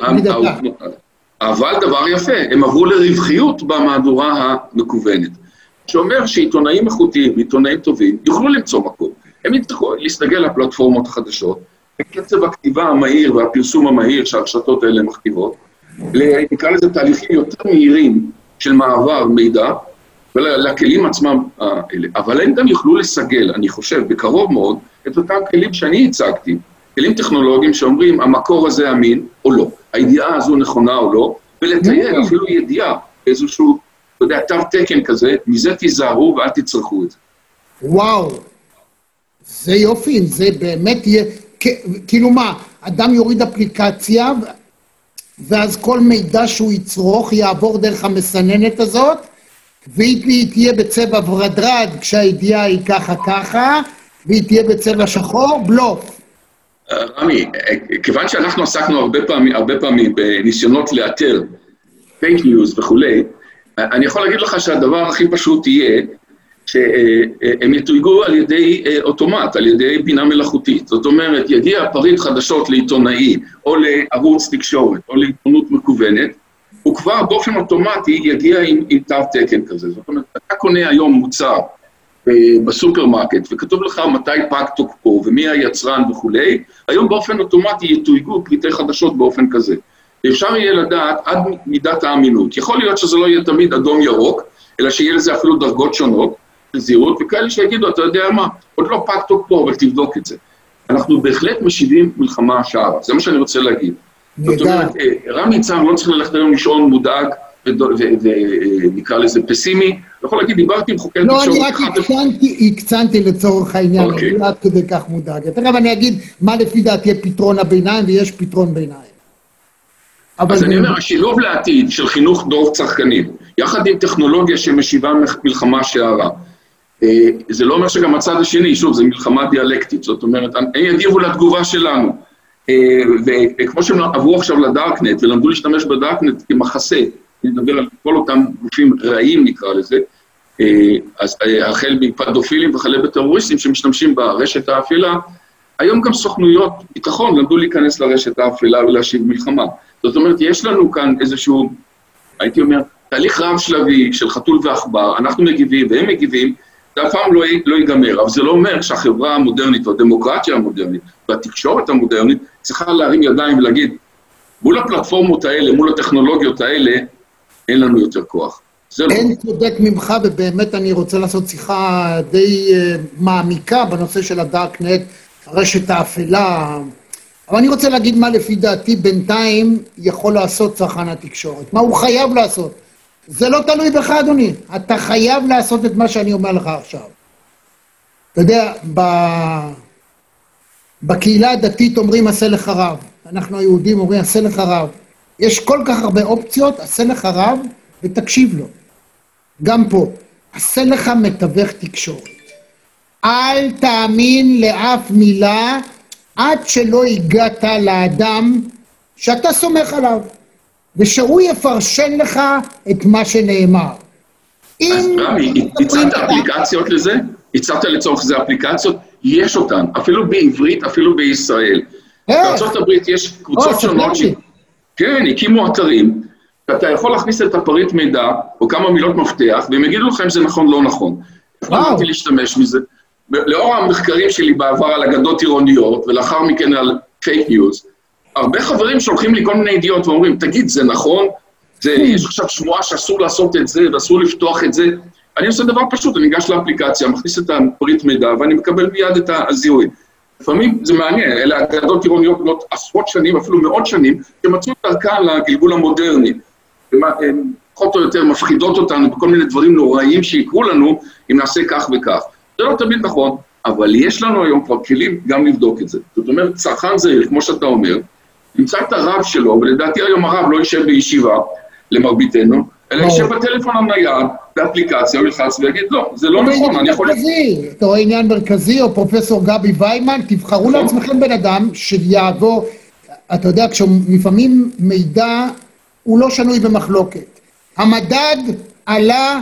אבל דבר יפה, הם עברו לרווחיות במהדורה המקוונת, שאומר שעיתונאים איכותיים, עיתונאים טובים, יוכלו למצוא מקום. הם יצטרכו להסתגל לפלטפורמות החדשות, בקצב הכתיבה המהיר והפרסום המהיר שהרשתות האלה מכתיבות, נקרא לזה תהליכים יותר מהירים של מעבר מידע, ולכלים עצמם האלה. אבל הם גם יוכלו לסגל, אני חושב, בקרוב מאוד, את אותם כלים שאני הצגתי, כלים טכנולוגיים שאומרים, המקור הזה אמין או לא, הידיעה הזו נכונה או לא, ולתייג אפילו ידיעה, איזשהו, אתה יודע, תו תקן כזה, מזה תיזהרו ואל תצרכו את זה. וואו, זה יופי, זה באמת יהיה, כאילו מה, אדם יוריד אפליקציה, ואז כל מידע שהוא יצרוך יעבור דרך המסננת הזאת, והיא תהיה בצבע ורדרד כשהידיעה היא ככה, והיא תהיה בצבע שחור, בלוף. רמי, כיוון שאנחנו עסקנו הרבה פעמים בניסיונות לאתר פייק ניוז וכולי, אני יכול להגיד לך שהדבר הכי פשוט יהיה, שהם יתויגו על ידי אוטומט, על ידי בינה מלאכותית. זאת אומרת, יגיע פריט חדשות לעיתונאי, או לערוץ תקשורת, או לעיתונות מקוונת, הוא כבר באופן אוטומטי יגיע עם תו תקן כזה. זאת אומרת, אתה קונה היום מוצר בסופרמרקט, וכתוב לך מתי פג תוקפו, ומי היצרן וכולי, היום באופן אוטומטי יתויגו פריטי חדשות באופן כזה. ואפשר יהיה לדעת עד מידת האמינות. יכול להיות שזה לא יהיה תמיד אדום ירוק, אלא שיהיה לזה אפילו דרגות שונות, זהירות, וכאלה שיגידו, אתה יודע מה, עוד לא פג תוקפו, אבל תבדוק את זה. אנחנו בהחלט משיבים מלחמה שערה, זה מה שאני רוצה להגיד. זאת אומרת, רמי צה"ל לא צריך ללכת היום לישון מודאג, ונקרא לזה פסימי, יכול להגיד, דיברתי עם חוקר תקשורת. לא, אני רק הקצנתי לצורך העניין, אני לא עד כדי כך מודאג. תכף אני אגיד מה לפי דעתי פתרון הביניים, ויש פתרון ביניים. אז אני אומר, השילוב לעתיד של חינוך דור צרכנים, יחד עם טכנולוגיה שמשיבה מלחמה שערה, זה לא אומר שגם הצד השני, שוב, זה מלחמה דיאלקטית, זאת אומרת, הם יגיבו לתגובה שלנו, וכמו שהם עברו עכשיו לדארקנט, ולמדו להשתמש בדארקנט כמחסה, אני מדבר על כל אותם גופים רעים נקרא לזה, אז החל מפדופילים וכלה בטרוריסטים שמשתמשים ברשת האפלה, היום גם סוכנויות ביטחון למדו להיכנס לרשת האפלה ולהשיב מלחמה. זאת אומרת, יש לנו כאן איזשהו, הייתי אומר, תהליך רב שלבי של חתול ועכבר, אנחנו מגיבים והם מגיבים, זה אף פעם לא ייגמר, אבל זה לא אומר שהחברה המודרנית והדמוקרטיה המודרנית והתקשורת המודרנית צריכה להרים ידיים ולהגיד, מול הפלטפורמות האלה, מול הטכנולוגיות האלה, אין לנו יותר כוח. אין צודק ממך, ובאמת אני רוצה לעשות שיחה די מעמיקה בנושא של הדארקנט, הרשת האפלה, אבל אני רוצה להגיד מה לפי דעתי בינתיים יכול לעשות צרכן התקשורת, מה הוא חייב לעשות. זה לא תלוי בך, אדוני, אתה חייב לעשות את מה שאני אומר לך עכשיו. אתה יודע, בקהילה הדתית אומרים עשה לך רב, אנחנו היהודים אומרים עשה לך רב, יש כל כך הרבה אופציות, עשה לך רב ותקשיב לו. גם פה, עשה לך מתווך תקשורת. אל תאמין לאף מילה עד שלא הגעת לאדם שאתה סומך עליו, ושהוא יפרשן לך את מה שנאמר. אז רמי, הצעת אפליקציות לזה? הצעת לצורך זה אפליקציות? יש אותן, אפילו בעברית, אפילו בישראל. בארצות הברית יש קבוצות שונות כן, הקימו אתרים, ואתה יכול להכניס את הפריט מידע, או כמה מילות מפתח, והם יגידו לך אם זה נכון או לא נכון. יכולתי להשתמש מזה. לאור המחקרים שלי בעבר על אגדות עירוניות, ולאחר מכן על פייק ניוז, הרבה חברים שולחים לי כל מיני ידיעות ואומרים, תגיד, זה נכון? יש עכשיו שמועה שאסור לעשות את זה, ואסור לפתוח את זה. אני עושה דבר פשוט, אני ניגש לאפליקציה, מכניס את הפריט מידע, ואני מקבל מיד את הזיהוי. לפעמים זה מעניין, אלה אגדות עירוניות בנות עשרות שנים, אפילו מאות שנים, שמצאו דרכה לגלגול המודרני. הן פחות או יותר מפחידות אותנו בכל מיני דברים נוראים שיקרו לנו, אם נעשה כך וכך. זה לא תמיד נכון, אבל יש לנו היום כבר כלים גם לבדוק את זה. זאת אומרת, צרכן זהיר, כמו שאתה אומר, נמצא את הרב שלו, ולדעתי היום הרב לא יישב בישיבה, למרביתנו, אלא יישב בטלפון הנייד, באפליקציה, הוא ילחץ ויגיד, לא, זה לא נכון, אני יכול... אתה רואה עניין מרכזי, או פרופסור גבי ויימן, תבחרו לעצמכם בן אדם שיעבור, אתה יודע, כשלפעמים מידע הוא לא שנוי במחלוקת. המדד עלה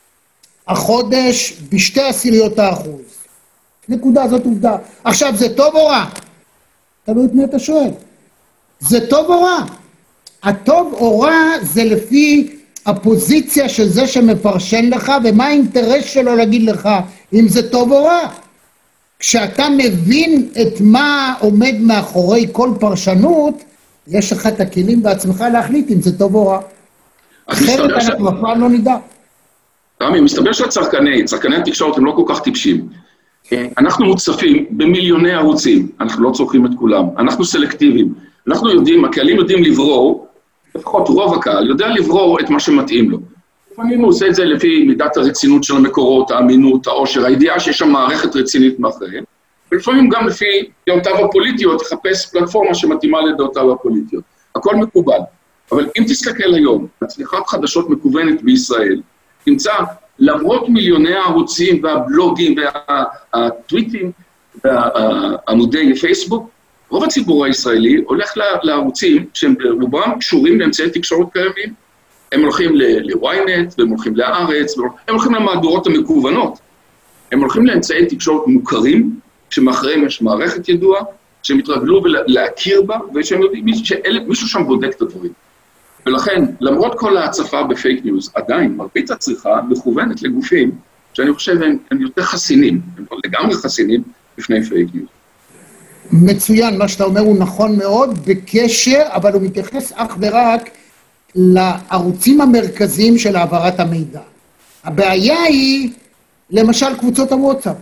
החודש ב0.2%. נקודה, זאת עובדה. עכשיו, זה טוב או רע? תלוי את מי אתה שואל. זה טוב או רע? הטוב או רע זה לפי הפוזיציה של זה שמפרשן לך, ומה האינטרס שלו להגיד לך אם זה טוב או רע. כשאתה מבין את מה עומד מאחורי כל פרשנות, יש לך את הכלים בעצמך להחליט אם זה טוב או רע. אחרת אנחנו אף פעם לא נדע. רמי, מסתבר שהצרכני התקשורת הם לא כל כך טיפשים. אנחנו מוצפים במיליוני ערוצים, אנחנו לא צורכים את כולם, אנחנו סלקטיביים. אנחנו יודעים, הקהלים יודעים לברור, לפחות רוב הקהל יודע לברור את מה שמתאים לו. לפעמים הוא עושה את זה לפי מידת הרצינות של המקורות, האמינות, העושר, הידיעה שיש שם מערכת רצינית מאחוריהם, ולפעמים גם לפי דעותיו הפוליטיות, לחפש פלטפורמה שמתאימה לדעותיו הפוליטיות. הכל מקובל. אבל אם תסתכל היום, הצליחת חדשות מקוונת בישראל, תמצא, למרות מיליוני הערוצים והבלוגים והטוויטים והעמודי פייסבוק, רוב הציבור הישראלי הולך לערוצים שהם רובם קשורים לאמצעי תקשורת קיימים. הם הולכים ל-ynet, והם הולכים לארץ, הם הולכים למהדורות המקוונות. הם הולכים לאמצעי תקשורת מוכרים, שמאחריהם יש מערכת ידועה, שהם התרגלו להכיר בה, ושהם יודעים מישהו שם בודק את הדברים. ולכן, למרות כל ההצפה בפייק ניוז, עדיין מרבית הצריכה מכוונת לגופים, שאני חושב הם יותר חסינים, הם לגמרי חסינים בפני פייק ניוז. מצוין, מה שאתה אומר הוא נכון מאוד, בקשר, אבל הוא מתייחס אך ורק לערוצים המרכזיים של העברת המידע. הבעיה היא, למשל, קבוצות הוואטסאפ.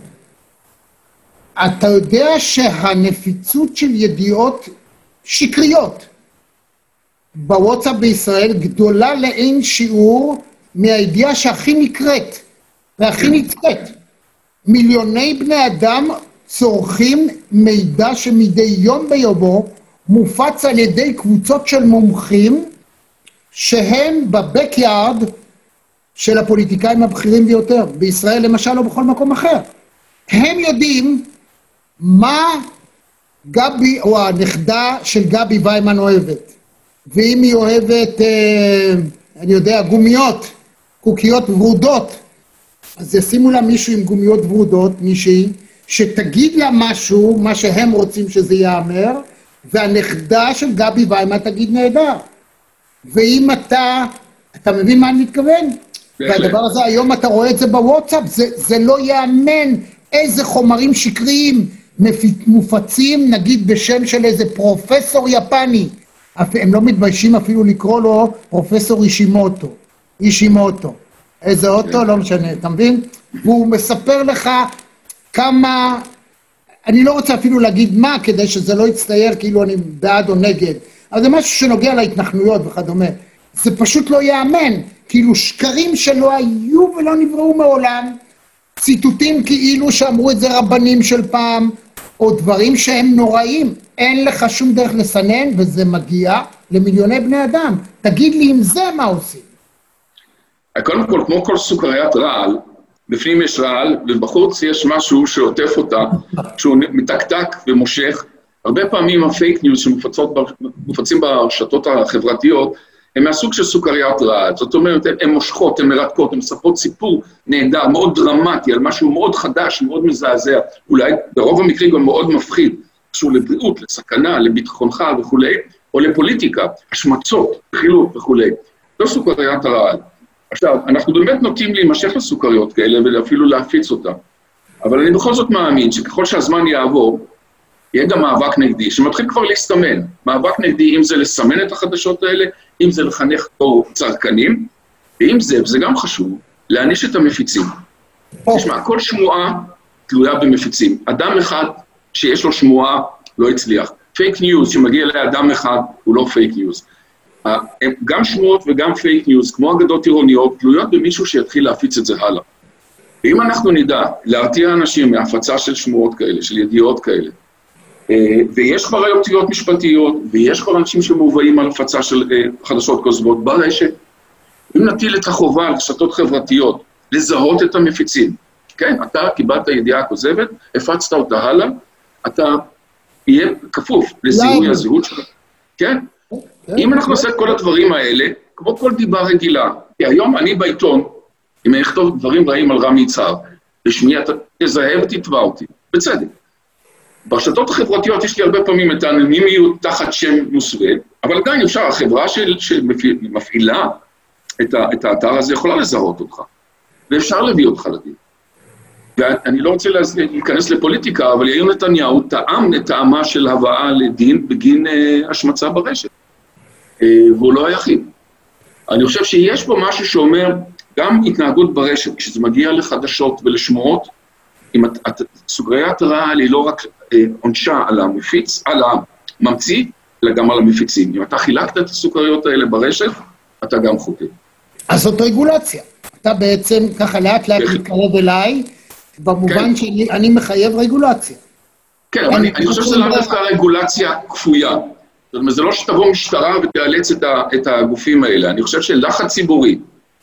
אתה יודע שהנפיצות של ידיעות שקריות בוואטסאפ בישראל גדולה לאין שיעור מהידיעה שהכי נקראת והכי נצפית. מיליוני בני אדם צורכים מידע שמדי יום ביומו מופץ על ידי קבוצות של מומחים שהם בבקיארד של הפוליטיקאים הבכירים ביותר, בישראל למשל או בכל מקום אחר. הם יודעים מה גבי או הנכדה של גבי ויימן אוהבת. ואם היא אוהבת, אני יודע, גומיות, קוקיות ורודות, אז ישימו לה מישהו עם גומיות ורודות, מישהי, שתגיד לה משהו, מה שהם רוצים שזה יאמר, והנכדה של גבי ויימן תגיד נהדר. ואם אתה מבין מה אני מתכוון? והדבר הזה, היום אתה רואה את זה בוואטסאפ, זה לא יאמן איזה חומרים שקריים מופצים, נגיד בשם של איזה פרופסור יפני, הם לא מתביישים אפילו לקרוא לו פרופסור אישימוטו. איזה אוטו, לא משנה, אתה מבין? והוא מספר לך כמה, אני לא רוצה אפילו להגיד מה, כדי שזה לא יצטייר כאילו אני בעד או נגד, אבל זה משהו שנוגע להתנחלויות וכדומה. זה פשוט לא יאמן, כאילו שקרים שלא היו ולא נבראו מעולם, ציטוטים כאילו שאמרו את זה רבנים של פעם, או דברים שהם נוראים, אין לך שום דרך לסנן, וזה מגיע למיליוני בני אדם. תגיד לי עם זה מה עושים. קודם כל, כמו כל סוכריית רעל, בפנים יש רעל, ובחוץ יש משהו שעוטף אותה, שהוא מתקתק ומושך. הרבה פעמים הפייק ניוז שמופצים ברשתות החברתיות, הם מהסוג של סוכריית רעל. זאת אומרת, הן מושכות, הן מרתקות, הן מספרות סיפור נהדר, מאוד דרמטי, על משהו מאוד חדש, מאוד מזעזע, אולי ברוב המקרים גם מאוד מפחיד, קשור לבריאות, לסכנה, לביטחונך וכו', או לפוליטיקה, השמצות, חילות וכו'. לא סוכריית הרעל. עכשיו, אנחנו באמת נוטים להימשך לסוכריות כאלה ואפילו להפיץ אותה. אבל אני בכל זאת מאמין שככל שהזמן יעבור, יהיה גם מאבק נגדי, שמתחיל כבר להסתמן. מאבק נגדי, אם זה לסמן את החדשות האלה, אם זה לחנך דור צרכנים, ואם זה, וזה גם חשוב, להעניש את המפיצים. תשמע, כל שמועה תלויה במפיצים. אדם אחד שיש לו שמועה לא הצליח. פייק ניוז שמגיע לאדם אחד הוא לא פייק ניוז. גם שמועות וגם פייק ניוז, כמו אגדות עירוניות, תלויות במישהו שיתחיל להפיץ את זה הלאה. ואם אנחנו נדע להרתיע אנשים מהפצה של שמועות כאלה, של ידיעות כאלה, ויש כבר היום תביעות משפטיות, ויש כבר אנשים שמובאים על הפצה של חדשות כוזבות ברשת, אם נטיל את החובה על רשתות חברתיות לזהות את המפיצים, כן, אתה קיבלת ידיעה כוזבת, הפצת אותה הלאה, אתה יהיה כפוף לזיהוי הזהות שלך, כן? אם אנחנו נעשה את כל הדברים האלה, כמו כל דיבה רגילה, כי היום אני בעיתון, אם אני אכתוב דברים רעים על רמי יצהר, בשמי אתה תזהה ותתבע אותי, בצדק. ברשתות החברתיות יש לי הרבה פעמים את האנונימיות תחת שם מוסווה, אבל עדיין אפשר, החברה שמפעילה את האתר הזה יכולה לזהות אותך, ואפשר להביא אותך לדין. ואני לא רוצה להיכנס לפוליטיקה, אבל יאיר נתניהו טעם לטעמה של הבאה לדין בגין השמצה ברשת. והוא לא היחיד. אני חושב שיש פה משהו שאומר, גם התנהגות ברשת, כשזה מגיע לחדשות ולשמועות, אם סוגריית רעל היא לא רק עונשה על המפיץ, על הממציא, אלא גם על המפיצים. אם אתה חילקת את הסוכריות האלה ברשת, אתה גם חוטא. אז זאת רגולציה. אתה בעצם ככה לאט לאט מתקרב אליי, במובן שאני מחייב רגולציה. כן, אבל אני חושב שזה לא דווקא רגולציה כפויה. זאת אומרת, זה לא שתבוא משטרה ותאלץ את הגופים האלה. אני חושב שלחץ ציבורי,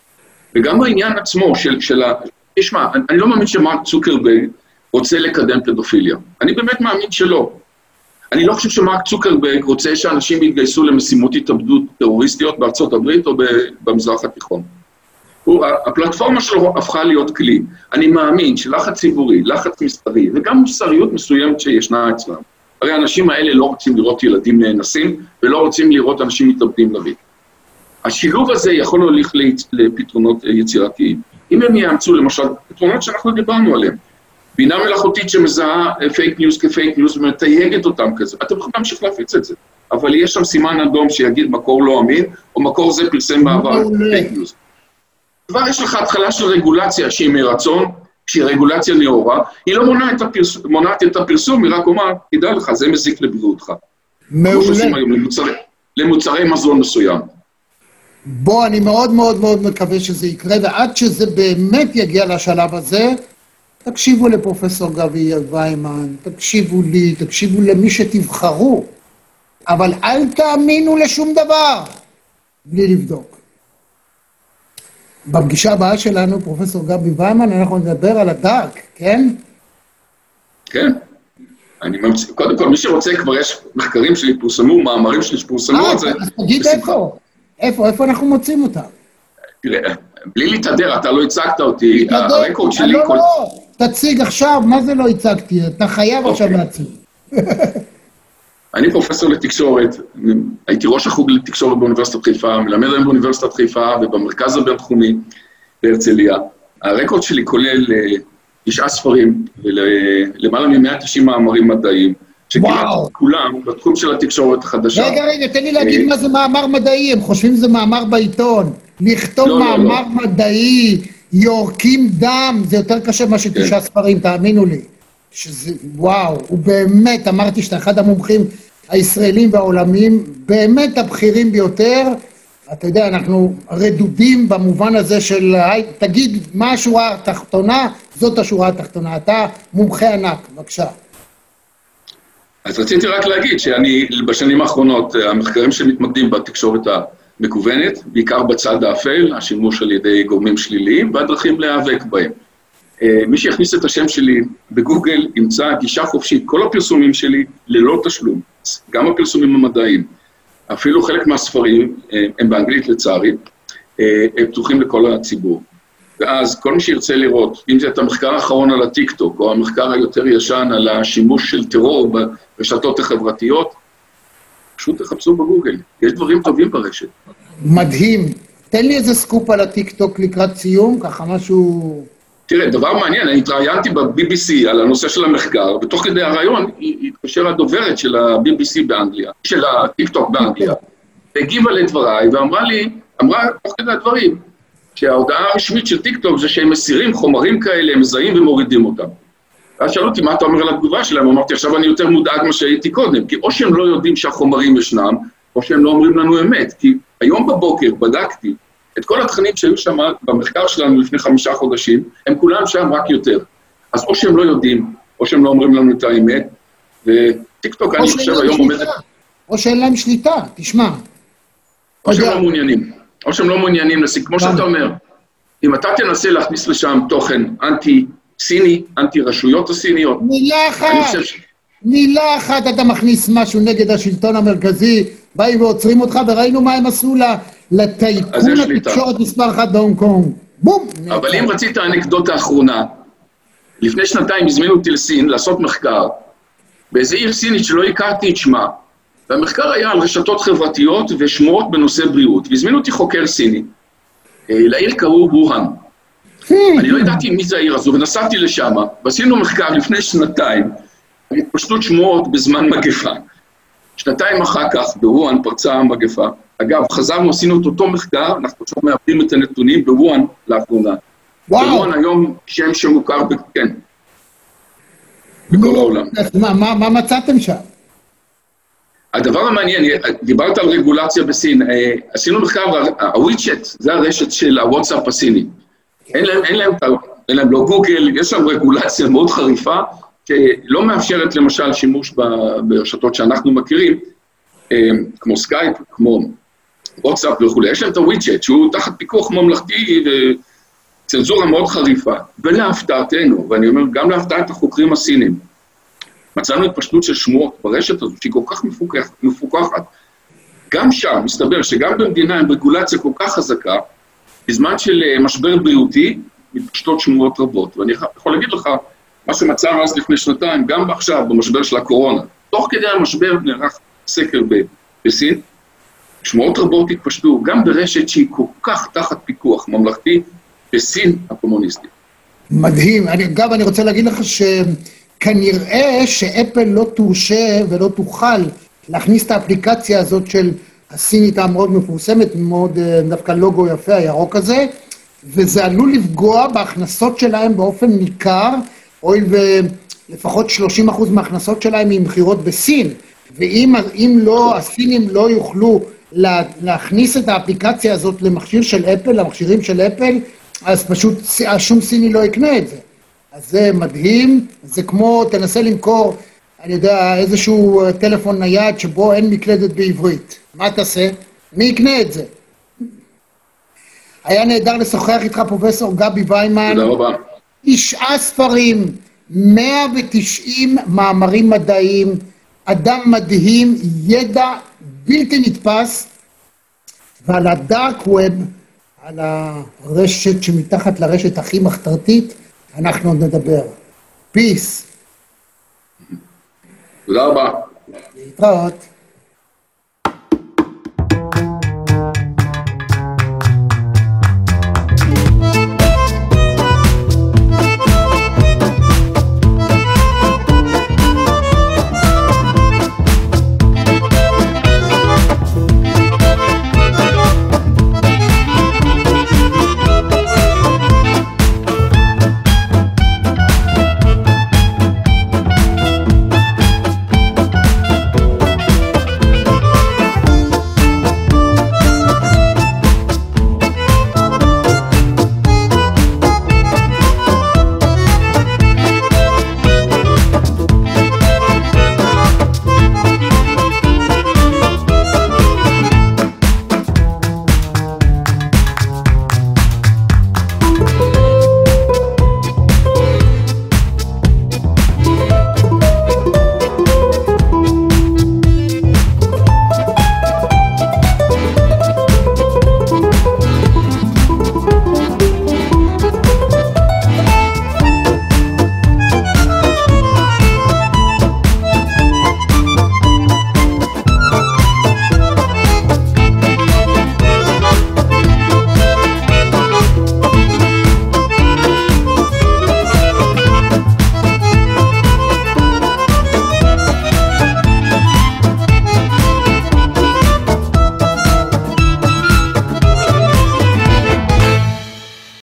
וגם העניין עצמו של תשמע, אני לא מאמין שמרק צוקרברג רוצה לקדם פדופיליה. אני באמת מאמין שלא. אני לא חושב שמרק צוקרברג רוצה שאנשים יתגייסו למשימות התאבדות טרוריסטיות בארצות הברית או במזרח התיכון. הפלטפורמה שלו הפכה להיות כלי. אני מאמין שלחץ ציבורי, לחץ מסחרי, וגם מוסריות מסוימת שישנה אצלם. הרי האנשים האלה לא רוצים לראות ילדים נאנסים, ולא רוצים לראות אנשים מתאבדים לריק. השילוב הזה יכול להוליך לפתרונות יצירתיים. אם הם יאמצו למשל פתרונות שאנחנו דיברנו עליהם, בינה מלאכותית שמזהה פייק ניוז כפייק ניוז ומתייגת אותם כזה, אתם יכולים להמשיך להפיץ את זה. אבל יש שם סימן אדום שיגיד מקור לא אמין, או מקור זה פרסם בעבר פייק ניוז. כבר יש לך התחלה של רגולציה שהיא מרצון, שהיא רגולציה נאורה, היא לא מונעת את הפרסום, היא רק אומר, תדע לך, זה מזיק לבריאותך. מעולה. כמו שעושים היום למוצרי מזון מסוים. בוא, אני מאוד מאוד מאוד מקווה שזה יקרה, ועד שזה באמת יגיע לשלב הזה, תקשיבו לפרופסור גבי ויימן, תקשיבו לי, תקשיבו למי שתבחרו, אבל אל תאמינו לשום דבר, בלי לבדוק. בפגישה הבאה שלנו, פרופסור גבי ויימן, אנחנו נדבר על הדארק, כן? כן. קודם כל, מי שרוצה, כבר יש מחקרים שלי פורסמו, מאמרים שלי שפורסמו על זה. אז תגיד איפה. איפה אנחנו מוצאים אותם? תראה, בלי להתהדר, אתה לא הצגת אותי, הרקורד שלי... לא, תציג עכשיו, מה זה לא הצגתי? אתה חייב עכשיו להציג. אני פרופסור לתקשורת, הייתי ראש החוג לתקשורת באוניברסיטת חיפה, מלמד היום באוניברסיטת חיפה ובמרכז הבינתחומי בהרצליה. הרקורד שלי כולל 9 ספרים ולמעלה מ-190 מאמרים מדעיים, שכמעט כולם בתחום של התקשורת החדשה. רגע, תן לי להגיד מה זה מאמר מדעי, הם חושבים שזה מאמר בעיתון. לכתוב מאמר מדעי, יורקים דם, זה יותר קשה מה ש9 ספרים, תאמינו לי. שזה, וואו, הוא באמת, אמרתי שאתה אחד המומחים הישראלים והעולמיים, באמת הבכירים ביותר. אתה יודע, אנחנו רדודים במובן הזה של, תגיד מה השורה התחתונה, זאת השורה התחתונה. אתה מומחה ענק, בבקשה. אז רציתי רק להגיד שאני בשנים האחרונות, המחקרים שמתמקדים בתקשורת מקוונת, בעיקר בצד האפל, השימוש על ידי גורמים שליליים, והדרכים להיאבק בהם. מי שיכניס את השם שלי בגוגל ימצא גישה חופשית, כל הפרסומים שלי ללא תשלום, גם הפרסומים המדעיים, אפילו חלק מהספרים, הם באנגלית לצערי, הם פתוחים לכל הציבור. ואז כל מי שירצה לראות, אם זה את המחקר האחרון על הטיק-טוק, או המחקר היותר ישן על השימוש של טרור ברשתות החברתיות, פשוט תחפשו בגוגל, יש דברים טובים ברשת. מדהים. תן לי איזה סקופ על הטיק-טוק לקראת סיום, ככה משהו... תראה, דבר מעניין, אני התראיינתי ב-BBC על הנושא של המחקר, ותוך כדי הרעיון התקשר הדוברת של ה-BBC באנגליה, של הטיק-טוק באנגליה, והגיבה לדבריי ואמרה תוך כדי הדברים, שההודעה הרשמית של טיק-טוק זה שהם מסירים חומרים כאלה, מזהים ומורידים אותם. ואז שאלו אותי, מה אתה אומר על התגובה שלהם? אמרתי, עכשיו אני יותר מודאג מה שהייתי קודם, כי או שהם לא יודעים שהחומרים ישנם, או שהם לא אומרים לנו אמת, כי היום בבוקר בדקתי את כל התכנים שהיו שם במחקר שלנו לפני 5 חודשים, הם כולם שם רק יותר. אז או שהם לא יודעים, או שהם לא אומרים לנו את האמת, וטיק-טוק אני חושב היום עומדת... או שאין להם שליטה, תשמע. או שהם לא מעוניינים. או שהם לא מעוניינים כמו שאתה אומר, אם אתה תנסה להכניס לשם תוכן אנטי-סיני, אנטי-רשויות הסיניות... מילה אחת אתה מכניס משהו נגד השלטון המרכזי, באים ועוצרים אותך, וראינו מה הם עשו לטייקון התקשורת מספר 1 בהונג קונג. בום! אבל אם רצית האנקדוטה האחרונה, לפני 2 הזמינו אותי לסין לעשות מחקר, באיזה עיר סינית שלא הכרתי את שמה, והמחקר היה על רשתות חברתיות ושמועות בנושא בריאות, והזמינו אותי חוקר סיני. לעיר קראו ווהאן. אני לא ידעתי מי זה העיר הזו, ונסעתי לשם, ועשינו מחקר לפני 2 על התפשטות שמועות בזמן מגפה. 2 אחר כך בווהאן פרצה המגפה. אגב, חזרנו, עשינו את אותו מחקר, אנחנו עכשיו מאבדים את הנתונים בווהאן לאחרונה. ווהאן היום שם שמוכר, כן, בכל העולם. מה מצאתם שם? הדבר המעניין, דיברת על רגולציה בסין, עשינו מחקר, הוויצ'ט, זה הרשת של הוואטסאפ הסיני. אין להם לא גוגל, יש שם רגולציה מאוד חריפה, שלא מאפשרת למשל שימוש ברשתות שאנחנו מכירים, כמו סקייפ, כמו וואטסאפ וכו'. יש להם את הוויצ'ט, שהוא תחת פיקוח ממלכתי וצנזורה מאוד חריפה. ולהפתעתנו, ואני אומר גם להפתעת החוקרים הסינים, מצאנו התפשטות של שמועות ברשת הזו, שהיא כל כך מפוקחת. גם שם מסתבר שגם במדינה עם רגולציה כל כך חזקה, בזמן של משבר בריאותי, מתפשטות שמועות רבות. ואני יכול להגיד לך, מה שמצאנו אז לפני 2, גם עכשיו, במשבר של הקורונה, תוך כדי המשבר נערך סקר בסין, שמועות רבות התפשטו, גם ברשת שהיא כל כך תחת פיקוח ממלכתי, בסין הקומוניסטית. מדהים. אגב, אני רוצה להגיד לך שכנראה שאפל לא תורשה ולא תוכל להכניס את האפליקציה הזאת של הסינית המאוד מפורסמת, מאוד דווקא לוגו יפה, הירוק הזה, וזה עלול לפגוע בהכנסות שלהם באופן ניכר, הואיל ולפחות 30% מההכנסות שלהם היא מכירות בסין, ואם לא, הסינים לא יוכלו להכניס את האפליקציה הזאת למכשיר של אפל, למכשירים של אפל, אז פשוט שום סיני לא יקנה את זה. אז זה מדהים, זה כמו, תנסה למכור, אני יודע, איזשהו טלפון נייד שבו אין מקלדת בעברית. מה תעשה? מי יקנה את זה? היה נהדר לשוחח איתך פרופסור גבי ויימן. תודה רבה. 9 ספרים, 190 מאמרים מדעיים, אדם מדהים, ידע בלתי נתפס, ועל הדארק ווב, על הרשת שמתחת לרשת הכי מחתרתית, אנחנו עוד נדבר. פיס. תודה רבה. להתראות.